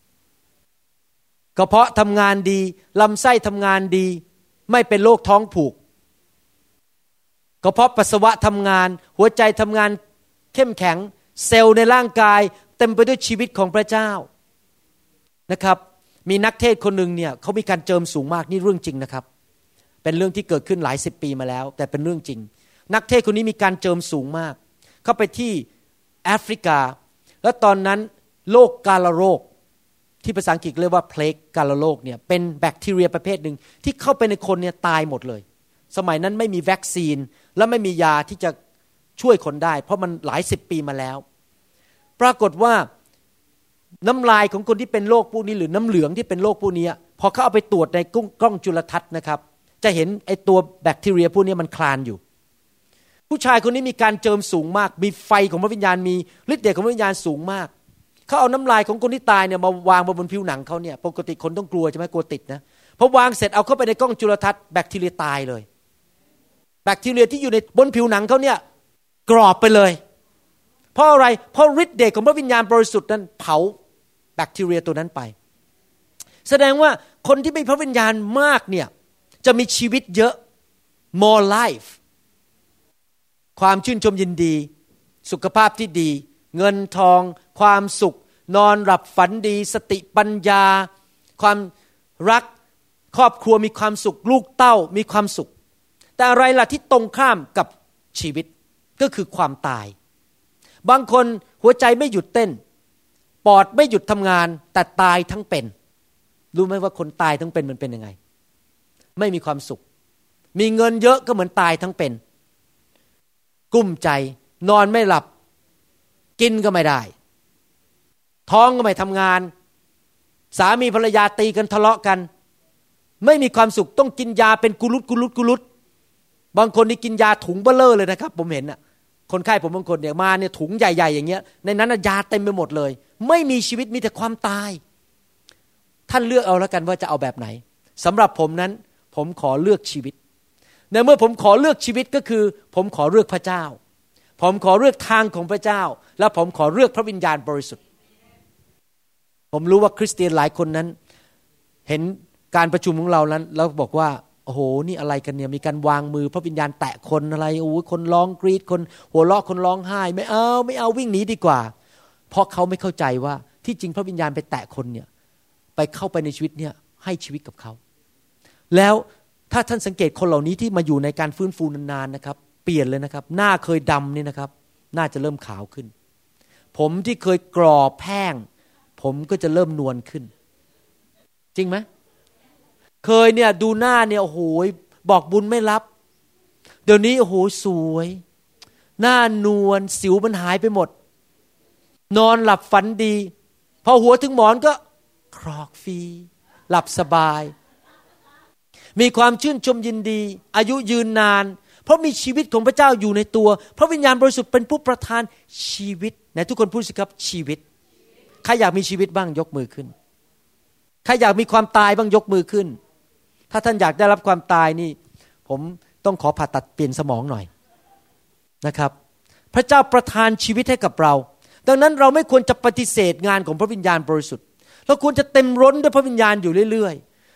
กระเพาะทำงานดีลำไส้ทำงานดีไม่เป็นโรคท้องผูกกระเพาะปัสสาวะทำงานหัวใจทำงานเข้มแข็งเซลล์ในร่างกายเต็มไปด้วยชีวิตของพระเจ้านะครับมีนักเทศคนหนึ่งเนี่ยเขามีการเจิมสูงมากนี่เรื่องจริงนะครับเป็นเรื่องที่เกิดขึ้นหลายสิบปีมาแล้วแต่เป็นเรื่องจริงนักเทศคนนี้มีการเจิมสูงมากเข้าไปที่แอฟริกาแล้วตอนนั้นโรคกาฬโรคที่ภาษาอังกฤษเรียกว่าเพลกกาฬโรคเนี่ยเป็นแบคทีเรียประเภทหนึ่งที่เข้าไปในคนเนี่ยตายหมดเลยสมัยนั้นไม่มีวัคซีนและไม่มียาที่จะช่วยคนได้เพราะมันหลายสิบปีมาแล้วปรากฏว่าน้ำลายของคนที่เป็นโรคพวกนี้หรือน้ำเหลืองที่เป็นโรคพวกนี้พอเขาเอาไปตรวจในกล้องจุลทรรศน์นะครับจะเห็นไอ้ตัวแบคทีเรียพวกนี้มันคลานอยู่ผู้ชายคนนี้มีการเจิมสูงมากมีไฟของพระวิญญาณมีฤทธิ์เดชของพระวิญญาณสูงมากเขาเอาน้ำลายของคนที่ตายเนี่ยมาวางบนผิวหนังเขาเนี่ยปกติคนต้องกลัวใช่ไหมกลัวติดนะพอวางเสร็จเอาเข้าไปในกล้องจุลทรรศน์แบคทีเรียตายเลยแบคทีเรียที่อยู่ในบนผิวหนังเขาเนี่ยกรอบไปเลยเพราะอะไรเพราะฤทธิ์เดชของพระวิญญาณบริสุทธิ์นั้นเผาแบคทีเรียตัวนั้นไปแสดงว่าคนที่มีพระวิญญาณมากเนี่ยจะมีชีวิตเยอะ more life ความชื่นชมยินดีสุขภาพที่ดีเงินทองความสุขนอนหลับฝันดีสติปัญญาความรักครอบครัวมีความสุขลูกเต้ามีความสุขแต่อะไรล่ะที่ตรงข้ามกับชีวิตก็คือความตายบางคนหัวใจไม่หยุดเต้นปอดไม่หยุดทำงานแต่ตายทั้งเป็นรู้ไหมว่าคนตายทั้งเป็นมันเป็นยังไงไม่มีความสุขมีเงินเยอะก็เหมือนตายทั้งเป็นกุ้มใจนอนไม่หลับกินก็ไม่ได้ท้องก็ไม่ทำงานสามีภรรยาตีกันทะเลาะกันไม่มีความสุขต้องกินยาเป็นกุลุตกุลุตกุลุตบางคนนี่กินยาถุงเบ้อเร่อเลยนะครับผมเห็นน่ะคนไข้ผมบางคนเนี่ยมาเนี่ยถุงใหญ่ๆอย่างเงี้ยในนั้นยาเต็มไปหมดเลยไม่มีชีวิตมีแต่ความตายท่านเลือกเอาแล้วกันว่าจะเอาแบบไหนสำหรับผมนั้นผมขอเลือกชีวิตในเมื่อผมขอเลือกชีวิตก็คือผมขอเลือกพระเจ้าผมขอเลือกทางของพระเจ้าและผมขอเลือกพระวิญญาณบริสุทธิ์ผมรู้ว่าคริสเตียนหลายคนนั้นเห็นการประชุมของเรานั้นแล้วบอกว่าโอ้โหนี่อะไรกันเนี่ยมีการวางมือพระวิญญาณแตะคนอะไรโอ้คนร้องกรีดคนหัวเราะคนร้องไห้ไม่เอาไม่เอาวิ่งหนีดีกว่าเพราะเขาไม่เข้าใจว่าที่จริงพระวิญญาณไปแตะคนเนี่ยไปเข้าไปในชีวิตเนี่ยให้ชีวิตกับเขาแล้วถ้าท่านสังเกตคนเหล่านี้ที่มาอยู่ในการฟื้นฟูนานๆนะครับเปลี่ยนเลยนะครับหน้าเคยดำนี่นะครับหน้าจะเริ่มขาวขึ้นผมที่เคยกรอบแห้งผมก็จะเริ่มนวลขึ้นจริงไหมเคยเนี่ยดูหน้าเนี่ยโอ้โหบอกบุญไม่รับเดี๋ยวนี้โอ้โหสวยหน้านวลสิวมันหายไปหมดนอนหลับฝันดีพอหัวถึงหมอนก็ครอกฟรีหลับสบายมีความชื่นชมยินดีอายุยืนนานเพราะมีชีวิตของพระเจ้าอยู่ในตัวพระวิญญาณบริสุทธิ์เป็นผู้ประทานชีวิตไหนทุกคนพูดสิครับชีวิตใครอยากมีชีวิตบ้างยกมือขึ้นใครอยากมีความตายบ้างยกมือขึ้นถ้าท่านอยากได้รับความตายนี่ผมต้องขอผ่าตัดเปลี่ยนสมองหน่อยนะครับพระเจ้าประทานชีวิตให้กับเราดังนั้นเราไม่ควรจะปฏิเสธงานของพระวิญญาณบริสุทธิ์เราควรจะเต็มร้นด้วยพระวิญญาณอยู่เรื่อยๆ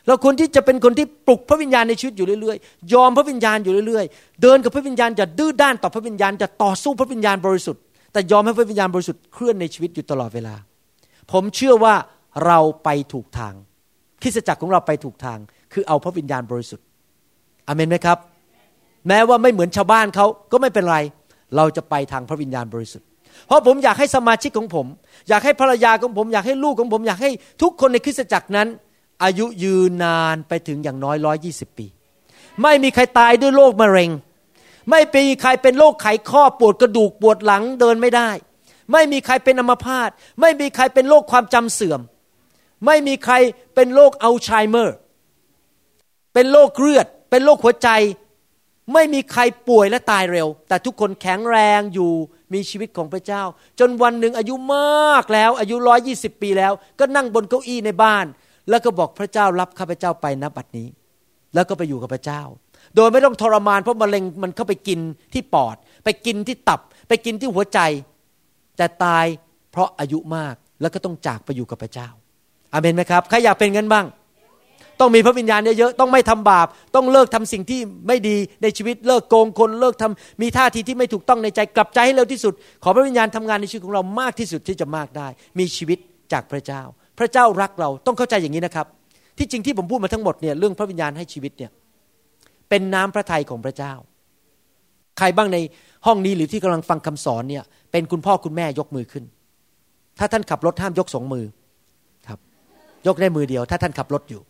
เราควรที่จะเป็นคนที่ปลุกพระวิญญาณในชีวิตอยู่เรื่อยๆยอมพระวิญญาณอยู่เรื่อยๆเดินกับพระวิญญาณอย่าดื้อด้านต่อพระวิญญาณจะต่อสู้พระวิญญาณบริสุทธิ์แต่ยอมให้พระวิญญาณบริสุทธิ์เคลื่อนในชีวิตอยู่ตลอดเวลาผมเชื่อว่าเราไปถูกทางคริสตจักรของเราไปถูกทางคือเอาพระวิญญาณบริสุทธิ์อาเมนไหมครับแม้ว่าไม่เหมือนชาวบ้านเขาก็ไม่เป็นไรเราจะไปทางพระวิญญาณบริสุทธิ์เพราะผมอยากให้สมาชิกของผมอยากให้ภรรยาของผมอยากให้ลูกของผมอยากให้ทุกคนในคริสตจักรนั้นอายุยืนนานไปถึงอย่างน้อยหนึ่งร้อยยี่สิบปีไม่มีใครตายด้วยโรคมะเร็งไม่มีใครเป็นโรคไขข้อปวดกระดูกปวดหลังเดินไม่ได้ไม่มีใครเป็นอัมพาตไม่มีใครเป็นโรคความจำเสื่อมไม่มีใครเป็นโรคอัลไซเมอร์เป็นโรคเลือดเป็นโรคหัวใจไม่มีใครป่วยและตายเร็วแต่ทุกคนแข็งแรงอยู่มีชีวิตของพระเจ้าจนวันหนึ่งอายุมากแล้วอายุหนึ่งร้อยยี่สิบปีแล้วก็นั่งบนเก้าอี้ในบ้านแล้วก็บอกพระเจ้ารับข้าพเจ้าไปณบัดนี้แล้วก็ไปอยู่กับพระเจ้าโดยไม่ต้องทรมานเพราะมะเร็งมันเข้าไปกินที่ปอดไปกินที่ตับไปกินที่หัวใจแต่ตายเพราะอายุมากแล้วก็ต้องจากไปอยู่กับพระเจ้าอาเมนไหมครับใครอยากเป็นงั้นบ้างต้องมีพระวิญญาณเยอะๆต้องไม่ทำบาปต้องเลิกทำสิ่งที่ไม่ดีในชีวิตเลิกโกงคนเลิกทำมีท่าทีที่ไม่ถูกต้องในใจกลับใจให้เร็วที่สุดขอพระวิญญาณทำงานในชีวิตของเรามากที่สุดที่จะมากได้มีชีวิตจากพระเจ้าพระเจ้ารักเราต้องเข้าใจอย่างนี้นะครับที่จริงที่ผมพูดมาทั้งหมดเนี่ยเรื่องพระวิญญาณให้ชีวิตเนี่ยเป็นน้ำพระทัยของพระเจ้าใครบ้างในห้องนี้หรือที่กำลังฟังคำสอนเนี่ยเป็นคุณพ่อคุณแม่ยกมือขึ้นถ้าท่านขับรถห้ามยกสองมือครับยกได้มือเดียวถ้าท่านขับรถอยู่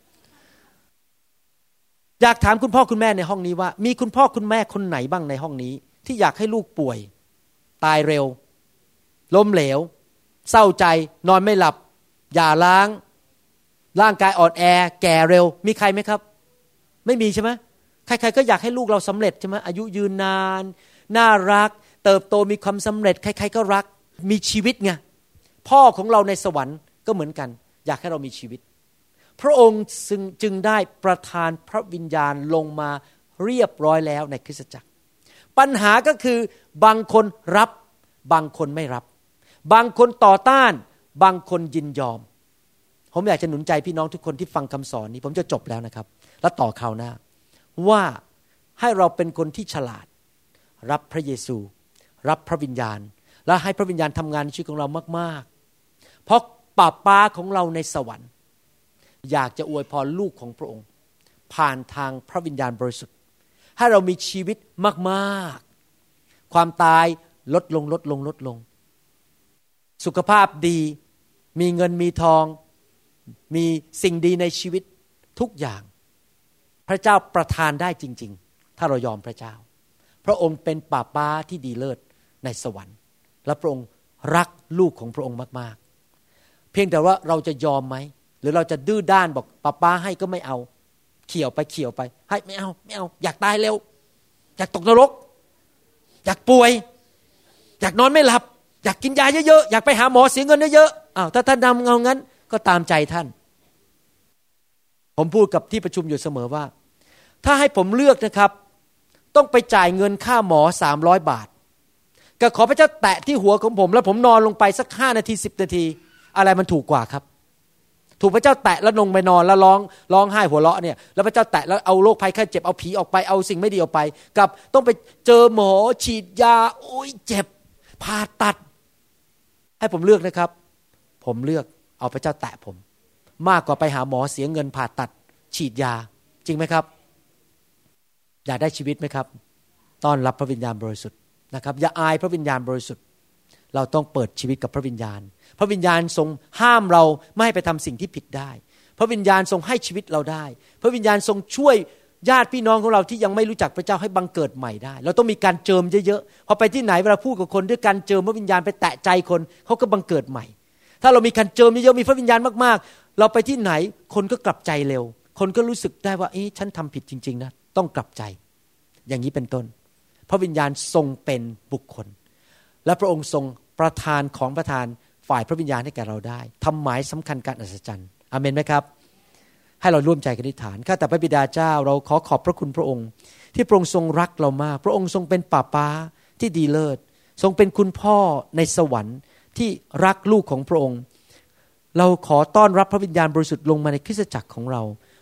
อยากถามคุณพ่อคุณแม่ในห้องนี้ว่ามีคุณพ่อคุณแม่คนไหนบ้างในห้องนี้ที่อยากให้ลูกป่วยตายเร็วล้มเหลวเศร้าใจนอนไม่หลับหย่าร้างร่างกายอ่อนแอแก่เร็วมีใครไหมครับไม่มีใช่ไหมใครๆก็อยากให้ลูกเราสำเร็จใช่ไหมอายุยืนนานน่ารักเติบโตมีความสำเร็จใครๆก็รักมีชีวิตไงพ่อของเราในสวรรค์ก็เหมือนกันอยากให้เรามีชีวิตพระองค์จึงได้ประทานพระวิญญาณลงมาเรียบร้อยแล้วในคริสตจักรปัญหาก็คือบางคนรับบางคนไม่รับบางคนต่อต้านบางคนยินยอมผมอยากจะหนุนใจพี่น้องทุกคนที่ฟังคำสอนนี้ผมจะจบแล้วนะครับแล้วต่อคราวหน้าว่าให้เราเป็นคนที่ฉลาดรับพระเยซูรับพระวิญญาณและให้พระวิญญาณทำงานในชีวิตของเรามากๆเพราะป่าป้าของเราในสวรรค์อยากจะอวยพรลูกของพระองค์ผ่านทางพระวิญญาณบริสุทธิ์ให้เรามีชีวิตมากๆความตายลดลงลดลงลดลงสุขภาพดีมีเงินมีทองมีสิ่งดีในชีวิตทุกอย่างพระเจ้าประทานได้จริงๆถ้าเรายอมพระเจ้าพระองค์เป็นป่าป้าที่ดีเลิศในสวรรค์และพระองค์รักลูกของพระองค์มากๆเพียงแต่ว่าเราจะยอมไหมหรือเราจะดื้อด้านบอกป้าป้าให้ก็ไม่เอาเขี่ยวไปเขี่ยวไปให้ไม่เอาไม่เอาอยากตายเร็วอยากตกนรกอยากป่วยอยากนอนไม่หลับอยากกินยาเยอะๆอยากไปหาหมอเสียเงินเยอะๆอ้าวถ้าท่านทำเอางั้นก็ตามใจท่านผมพูดกับที่ประชุมอยู่เสมอว่าถ้าให้ผมเลือกนะครับต้องไปจ่ายเงินค่าหมอสามร้อยบาทก็ขอพระเจ้าแตะที่หัวของผมแล้วผมนอนลงไปสักห้านาทีสิบนาทีอะไรมันถูกกว่าครับถูกพระเจ้าแตะแล้วลงไปนอนแล้วร้องร้องไห้หัวเราะเนี่ยแล้วพระเจ้าแตะแล้วเอาโรคภัยไข้เจ็บเอาผีออกไปเอาสิ่งไม่ดีออกไปกับต้องไปเจอหมอฉีดยาโอ้ยเจ็บผ่าตัดให้ผมเลือกนะครับผมเลือกเอาพระเจ้าแตะผมมากกว่าไปหาหมอเสียเงินผ่าตัดฉีดยาจริงไหมครับอยากได้ชีวิตไหมครับต้อนรับพระวิญญาณบริสุทธิ์นะครับอย่าอายพระวิญญาณบริสุทธิ์เราต้องเปิดชีวิตกับพระวิญญาณพระวิญญาณทรงห้ามเราไม่ให้ไปทำสิ่งที่ผิดได้พระวิญญาณทรงให้ชีวิตเราได้พระวิญญาณทรงช่วยญาติพี่น้องของเราที่ยังไม่รู้จักพระเจ้าให้บังเกิดใหม่ได้เราต้องมีการเจิมเยอะๆพอไปที่ไหนเวลาพูดกับคนด้วยการเจิมพระวิญญาณไปแตะใจคนเขาก็บังเกิดใหม่ถ้าเรามีการเจิมเยอะๆมีพระวิญญาณมากๆเราไปที่ไหนคนก็กลับใจเร็วคนก็รู้สึกได้ว่าเอ๊ะฉันทำผิดจริงๆนะต้องกลับใจอย่างนี้เป็นต้นพระวิญญาณทรงเป็นบุคคลและพระองค์ทรงประทานของประทานฝ่ายพระวิญญาณให้แก่เราได้ทำหมายสำคัญการอัศจรรย์อาเมนไหมครับให้เราร่วมใจกันอธิษฐานข้าแต่พระบิดาเจ้าเราขอขอบพระคุณพระองค์ที่พระองค์ทรงรักเรามากพระองค์ทรงเป็นป่าป้าที่ดีเลิศทรงเป็นคุณพ่อในสวรรค์ที่รักลูกของพระองค์เราขอต้อนรับพระวิญญาณบริสุทธิ์ลงมาในคริสตจักรของเรา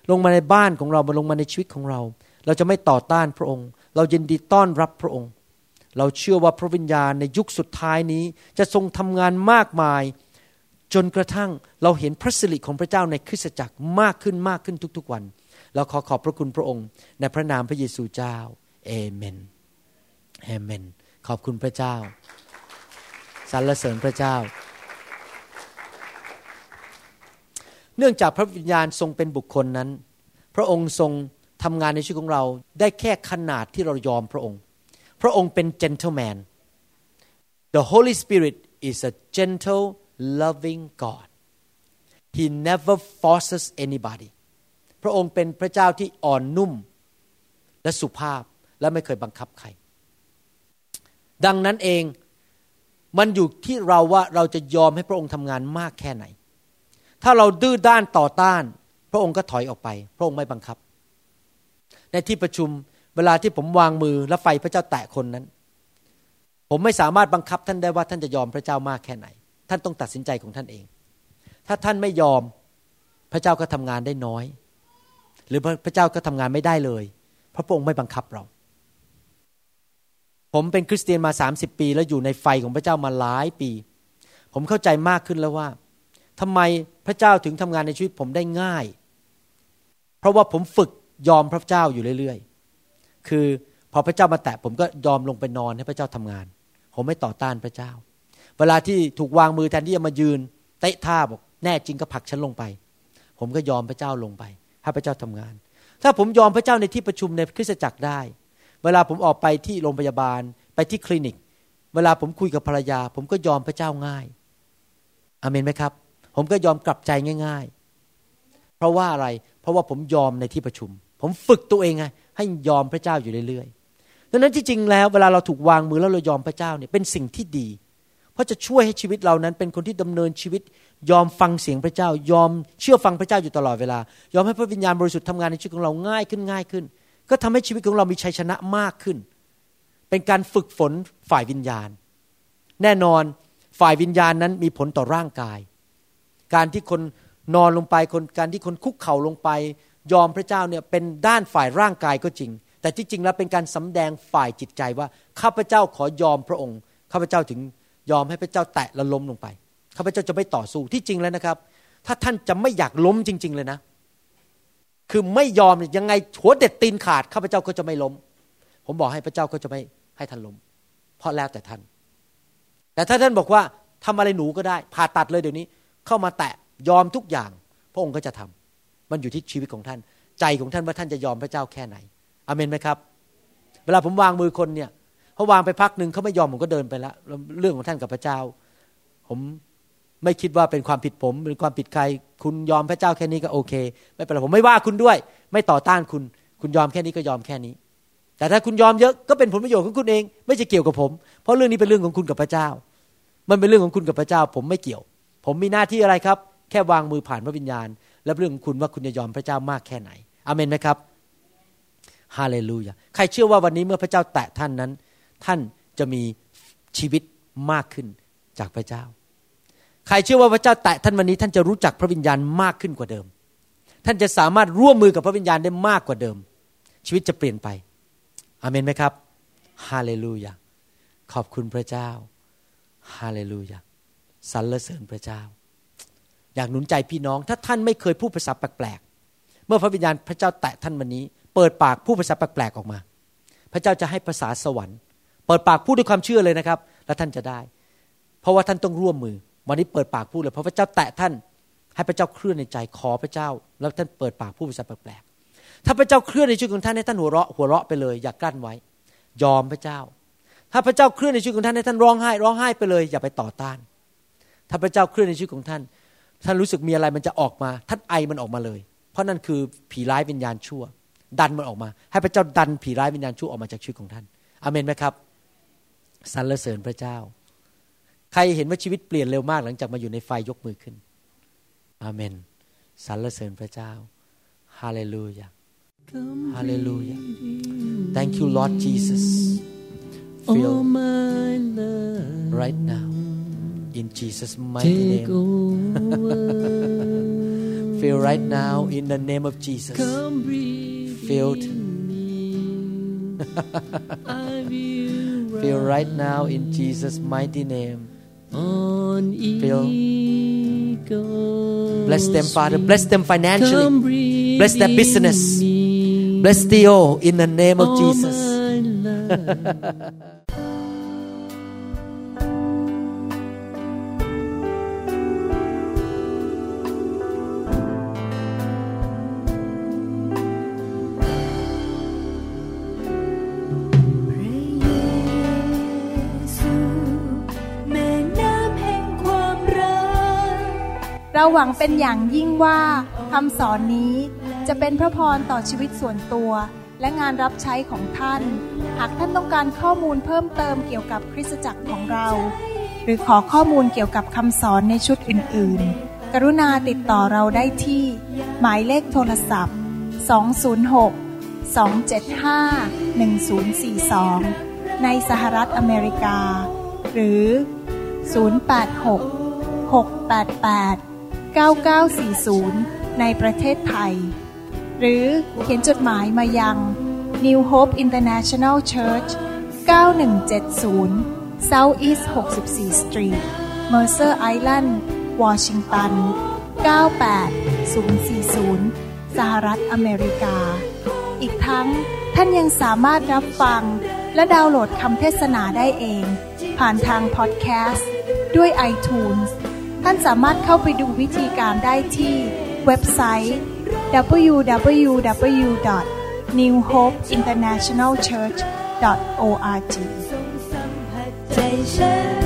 ลงมาในบ้านของเรามาลงมาในชีวิตของเราเราจะไม่ต่อต้านพระองค์เรายินดีต้อนรับพระองค์เราเชื่อว่าพระวิญญาณในยุคสุดท้ายนี้จะทรงทำงานมากมายจนกระทั่งเราเห็นพระสิริของพระเจ้าในคริสตจักรมากขึ้นมากขึ้นทุกๆวันเราขอขอบพระคุณพระองค์ในพระนามพระเยซูเจ้าเอเมนเอเมนขอบคุณพระเจ้าสรรเสริญพระเจ้าเนื่องจากพระวิญญาณทรงเป็นบุคคลนั้นพระองค์ทรงทำงานในชีวิตของเราได้แค่ขนาดที่เรายอมพระองค์พระองค์เป็น gentleman The Holy Spirit is a gentle loving God He never forces anybody พระองค์เป็นพระเจ้าที่อ่อนนุ่มและสุภาพและไม่เคยบังคับใครดังนั้นเองมันอยู่ที่เราว่าเราจะยอมให้พระองค์ทำงานมากแค่ไหนถ้าเราดื้อด้านต่อต้านพระองค์ก็ถอยออกไปพระองค์ไม่บังคับในที่ประชุมเวลาที่ผมวางมือและไฟพระเจ้าแตะคนนั้นผมไม่สามารถบังคับท่านได้ว่าท่านจะยอมพระเจ้ามากแค่ไหนท่านต้องตัดสินใจของท่านเองถ้าท่านไม่ยอมพระเจ้าก็ทำงานได้น้อยหรือพระเจ้าก็ทำงานไม่ได้เลยเพราะพระองค์ไม่บังคับเราผมเป็นคริสเตียนมาสามสิบปีแล้วอยู่ในไฟของพระเจ้ามาหลายปีผมเข้าใจมากขึ้นแล้วว่าทำไมพระเจ้าถึงทำงานในชีวิตผมได้ง่ายเพราะว่าผมฝึกยอมพระเจ้าอยู่เรื่อยๆคือพอพระเจ้ามาแตะผมก็ยอมลงไปนอนให้พระเจ้าทำงานผมไม่ต่อต้านพระเจ้าเวลาที่ถูกวางมือแทนที่จะมายืนเตะท่าบอกแน่จริงก็ผลักฉันลงไปผมก็ยอมพระเจ้าลงไปให้พระเจ้าทำงานถ้าผมยอมพระเจ้าในที่ประชุมในคริสตจักรได้เวลาผมออกไปที่โรงพยาบาลไปที่คลินิกเวลาผมคุยกับภรรยาผมก็ยอมพระเจ้าง่ายอาเมนไหมครับผมก็ยอมกลับใจง่ายๆเพราะว่าอะไรเพราะว่าผมยอมในที่ประชุมผมฝึกตัวเองไงให้ยอมพระเจ้าอยู่เรื่อยๆดังนั้นที่จริงแล้วเวลาเราถูกวางมือแล้วเรายอมพระเจ้าเนี่ยเป็นสิ่งที่ดีเพราะจะช่วยให้ชีวิตเรานั้นเป็นคนที่ดำเนินชีวิตยอมฟังเสียงพระเจ้ายอมเชื่อฟังพระเจ้าอยู่ตลอดเวลายอมให้พระวิญญาณบริสุทธิ์ทำงานในชีวิตของเราง่ายขึ้นง่ายขึ้นก็ทำให้ชีวิตของเรามีชัยชนะมากขึ้นเป็นการฝึกฝนฝ่ายวิญญาณแน่นอนฝ่ายวิญญาณนั้นมีผลต่อร่างกายการที่คนนอนลงไปคนการที่คนคุกเข่าลงไปยอมพระเจ้าเนี่ยเป็นด้านฝ่ายร่างกายก็จริงแต่ที่จริงแล้วเป็นการสำแดงฝ่ายจิตใจว่าข้าพเจ้าขอยอมพระองค์ข้าพเจ้าถึงยอมให้พระเจ้าแตะและล้มลงไปข้าพเจ้าจะไม่ต่อสู้ที่จริงแล้วนะครับถ้าท่านจะไม่อยากล้มจริงๆเลยนะคือไม่ยอมยังไงหัวเด็ดตีนขาดข้าพเจ้าก็จะไม่ล้มผมบอกให้พระเจ้าก็จะไม่ให้ท่านล้มเพราะแล้วแต่ท่านแต่ถ้าท่านบอกว่าทำอะไรหนูก็ได้ผ่าตัดเลยเดี๋ยวนี้เข้ามาแตะยอมทุกอย่างพระองค์ก็จะทำมันอยู่ที่ชีวิตของท่านใจของท่านว่าท่านจะยอมพระเจ้าแค่ไหนอาเมนไหมครับเวลาผมวางมือคนเนี่ยเขาวางไปพักนึงเขาไม่ยอมผมก็เดินไปแล้วเรื่องของท่านกับพระเจ้าผมไม่คิดว่าเป็นความผิดผมเป็นความผิดใครคุณยอมพระเจ้าแค่นี้ก็โอเคไม่เป็นไรผมไม่ว่าคุณด้วยไม่ต่อต้านคุณคุณยอมแค่นี้ก็ยอมแค่นี้แต่ถ้าคุณยอมเยอะก็เป็นผลประโยชน์ของคุณเองไม่ใช่เกี่ยวกับผมเพราะเรื่องนี้เป็นเรื่องของคุณกับพระเจ้ามันเป็นเรื่องของคุณกับพระเจ้าผมไม่เกี่ยวผมมีหน้าที่อะไรครับแค่วางมือผ่านพระวิญญาณและเรื่องของคุณว่าคุณจะยอมพระเจ้ามากแค่ไหนอาเมนไหมครับฮาเลลูยาใครเชื่อว่าวันนี้เมื่อพระเจ้าแตะท่านนั้นท่านจะมีชีวิตมากขึ้นจากพระเจ้าใครเชื่อว่าพระเจ้าแตะท่านวันนี้ท่านจะรู้จักพระวิญญาณมากขึ้นกว่าเดิมท่านจะสามารถร่วมมือกับพระวิญญาณได้มากกว่าเดิมชีวิตจะเปลี่ยนไปอาเมนไหมครับฮาเลลูยาขอบคุณพระเจ้าฮาเลลูยาสรรเสริญพระเจ้าอยากหนุนใจพี่น้องถ้าท่านไม่เคยพูดภาษาแปลกๆเมื่อพระวิญญาณพระเจ้าแตะท่านวันนี้เปิดปากพูดภาษาแปลกๆออกมาพระเจ้าจะให้ภาษาสวรรค์เปิดปากพูดด้วยความเชื่อเลยนะครับแล้วท่านจะได้เพราะว่าท่านต้องร่วมมือวันนี้เปิดปากพูดเลยเพราะพระเจ้าแตะท่านให้พระเจ้าเคลื่อนในใจขอพระเจ้าแล้วท่านเปิดปากพูดภาษาแปลกๆถ้าพระเจ้าเคลื่อนในชีวิตของท่านให้ท่านหัวเราะหัวเราะไปเลยอย่ากลั้นไว้ยอมพระเจ้าถ้าพระเจ้าเคลื่อนในชีวิตของท่านให้ท่านร้องไห้ร้องไห้ไปเลยอย่าไปต่อต้านถ้าพระเจ้าเคลื่อนในชีวิตของท่านท่านรู้สึกมีอะไรมันจะออกมาท่านไอมันออกมาเลยเพราะนั่นคือผีร้ายวิญญาณชั่วดันมันออกมาให้พระเจ้าดันผีร้ายวิญญาณชั่วออกมาจากชีวิตของท่านอาเมนไหมครับสรรเสริญพระเจ้าใครเห็นว่าชีวิตเปลี่ยนเร็วมากหลังจากมาอยู่ในไฟยกมือขึ้นอาเมนสรรเสริญพระเจ้าฮาเลลูยาฮาเลลูยา Thank you Lord Jesus feel right now in Jesus mighty name Feel right now in the name of Jesus. Feel Feel right now in Jesus' mighty name. Feel. Bless them, Father. Bless them financially. Bless their business. Bless Theo in the name of Jesus. เราหวังเป็นอย่างยิ่งว่าคำสอนนี้จะเป็นพระพรต่อชีวิตส่วนตัวและงานรับใช้ของท่านหากท่านต้องการข้อมูลเพิ่มเติมเกี่ยวกับคริสตจักรของเราหรือขอข้อมูลเกี่ยวกับคำสอนในชุดอื่นๆกรุณาติดต่อเราได้ที่หมายเลขโทรศัพท์สอง ศูนย์ หก สอง เจ็ด ห้า หนึ่ง ศูนย์ สี่ สองในสหรัฐอเมริกาหรือศูนย์ แปด หก หก แปด แปด เก้า เก้า สี่ ศูนย์ในประเทศไทยหรือเขียนจดหมายมายัง New Hope International Church เก้าหนึ่งเจ็ดศูนย์ South East หกสิบสี่ Street Mercer Island Washington เก้าแปดศูนย์สี่ศูนย์สหรัฐอเมริกาอีกทั้งท่านยังสามารถรับฟังและดาวน์โหลดคำเทศนาได้เองผ่านทางพอดแคสต์ด้วย iTunesท่านสามารถเข้าไปดูวิธีการได้ที่เว็บไซต์ ดับเบิลยู ดับเบิลยู ดับเบิลยู ดอท นิว โฮป อินเตอร์เนชั่นแนล เชิร์ช ดอท โอ อาร์ จี